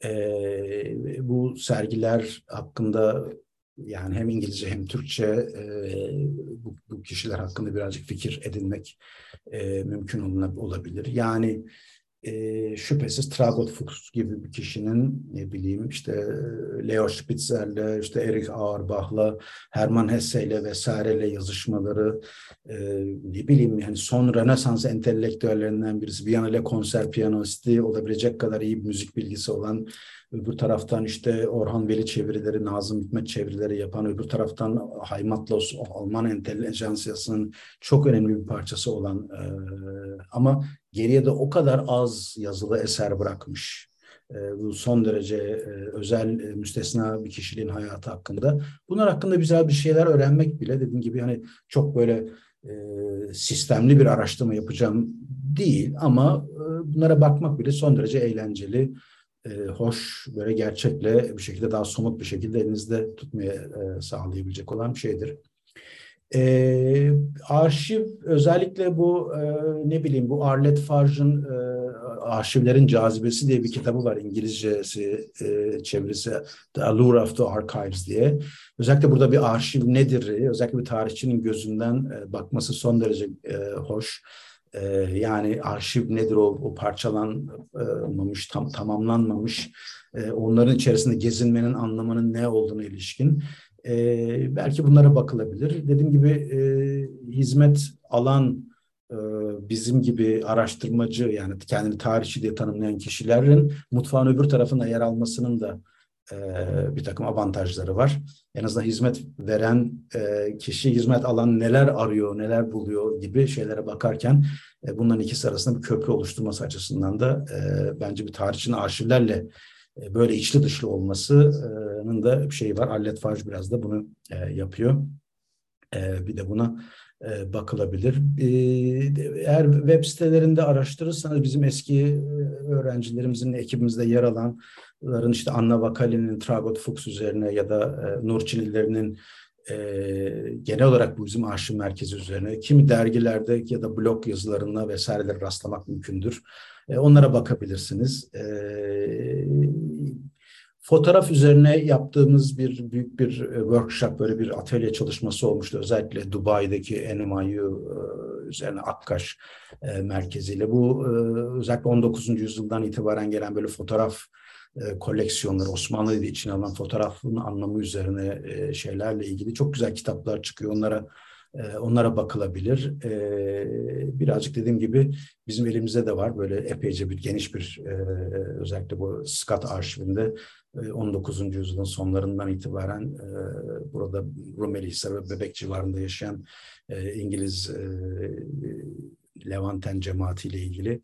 Bu sergiler hakkında yani hem İngilizce hem Türkçe bu kişiler hakkında birazcık fikir edinmek mümkün olabilir. Yani şüphesiz Tragot Fuchs gibi bir kişinin ne bileyim işte Leo Spitzer'le işte Erich Auerbach'la Hermann Hesse'yle vesaireyle yazışmaları ne bileyim yani son Rönesans entelektüellerinden birisi Viyana ile konser piyanoisti olabilecek kadar iyi bir müzik bilgisi olan öbür taraftan işte Orhan Veli çevirileri, Nazım Hikmet çevirileri yapan öbür taraftan Heimatlos Alman entelijansiyasının çok önemli bir parçası olan ama geriye de o kadar az yazılı eser bırakmış. Bu son derece özel, müstesna bir kişiliğin hayatı hakkında. Bunlar hakkında güzel bir şeyler öğrenmek bile dediğim gibi hani çok böyle sistemli bir araştırma yapacağım değil ama bunlara bakmak bile son derece eğlenceli, hoş, böyle gerçekle bir şekilde daha somut bir şekilde elinizde tutmaya sağlayabilecek olan bir şeydir. Arşiv özellikle bu ne bileyim bu Arlette Farge'ın Arşivlerin Cazibesi diye bir kitabı var İngilizcesi çevirisi The Allure of the Archives diye. Özellikle burada bir arşiv nedir? Özellikle bir tarihçinin gözünden bakması son derece hoş. Yani arşiv nedir o parçalanmamış, tamamlanmamış onların içerisinde gezinmenin anlamının ne olduğuna ilişkin. Belki bunlara bakılabilir. Dediğim gibi hizmet alan bizim gibi araştırmacı yani kendini tarihçi diye tanımlayan kişilerin mutfağın öbür tarafında yer almasının da bir takım avantajları var. En azından hizmet veren kişi hizmet alan neler arıyor, neler buluyor gibi şeylere bakarken bunların ikisi arasında bir köprü oluşturması açısından da bence bir tarihçinin arşivlerle böyle içli dışlı olmasının da bir şeyi var. Arlet Farge biraz da bunu yapıyor. Bir de buna bakılabilir. Eğer web sitelerinde araştırırsanız bizim eski öğrencilerimizin ekibimizde yer alanların işte Anna Vakali'nin Tragot Fuchs üzerine ya da Nurçinlilerinin genel olarak bu bizim arşiv merkezi üzerine kimi dergilerde ya da blog yazılarına vesairelere rastlamak mümkündür. Onlara bakabilirsiniz. Fotoğraf üzerine yaptığımız büyük bir workshop, böyle bir atölye çalışması olmuştu. Özellikle Dubai'deki NYU üzerine Akkaş merkeziyle. Bu özellikle 19. yüzyıldan itibaren gelen böyle fotoğraf koleksiyonları, Osmanlı'yı da içine alan fotoğrafın anlamı üzerine şeylerle ilgili çok güzel kitaplar çıkıyor. Onlara bakılabilir. Birazcık dediğim gibi bizim elimizde de var böyle epeyce geniş bir özellikle bu Scott arşivinde 19. yüzyılın sonlarından itibaren burada Rumelihisar ve Bebek civarında yaşayan İngiliz Levanten cemaatiyle ilgili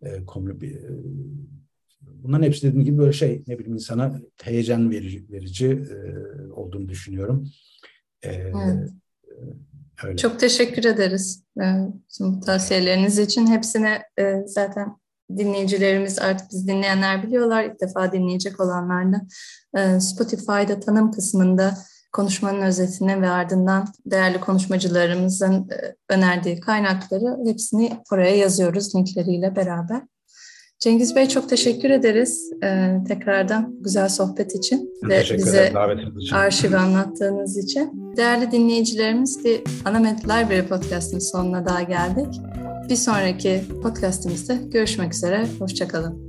bunların hepsi dediğim gibi böyle insana heyecan verici olduğunu düşünüyorum. Evet. Öyle. Çok teşekkür ederiz bu tavsiyeleriniz için. Hepsine zaten dinleyicilerimiz, artık biz dinleyenler biliyorlar. İlk defa dinleyecek olanlar da Spotify'da tanım kısmında konuşmanın özetini ve ardından değerli konuşmacılarımızın önerdiği kaynakları hepsini oraya yazıyoruz linkleriyle beraber. Cengiz Bey, çok teşekkür ederiz tekrardan güzel sohbet için ve bize arşivi anlattığınız için. Değerli dinleyicilerimiz, bir Anamed Library Podcast'ın sonuna daha geldik. Bir sonraki podcast'imizde görüşmek üzere, hoşça kalın.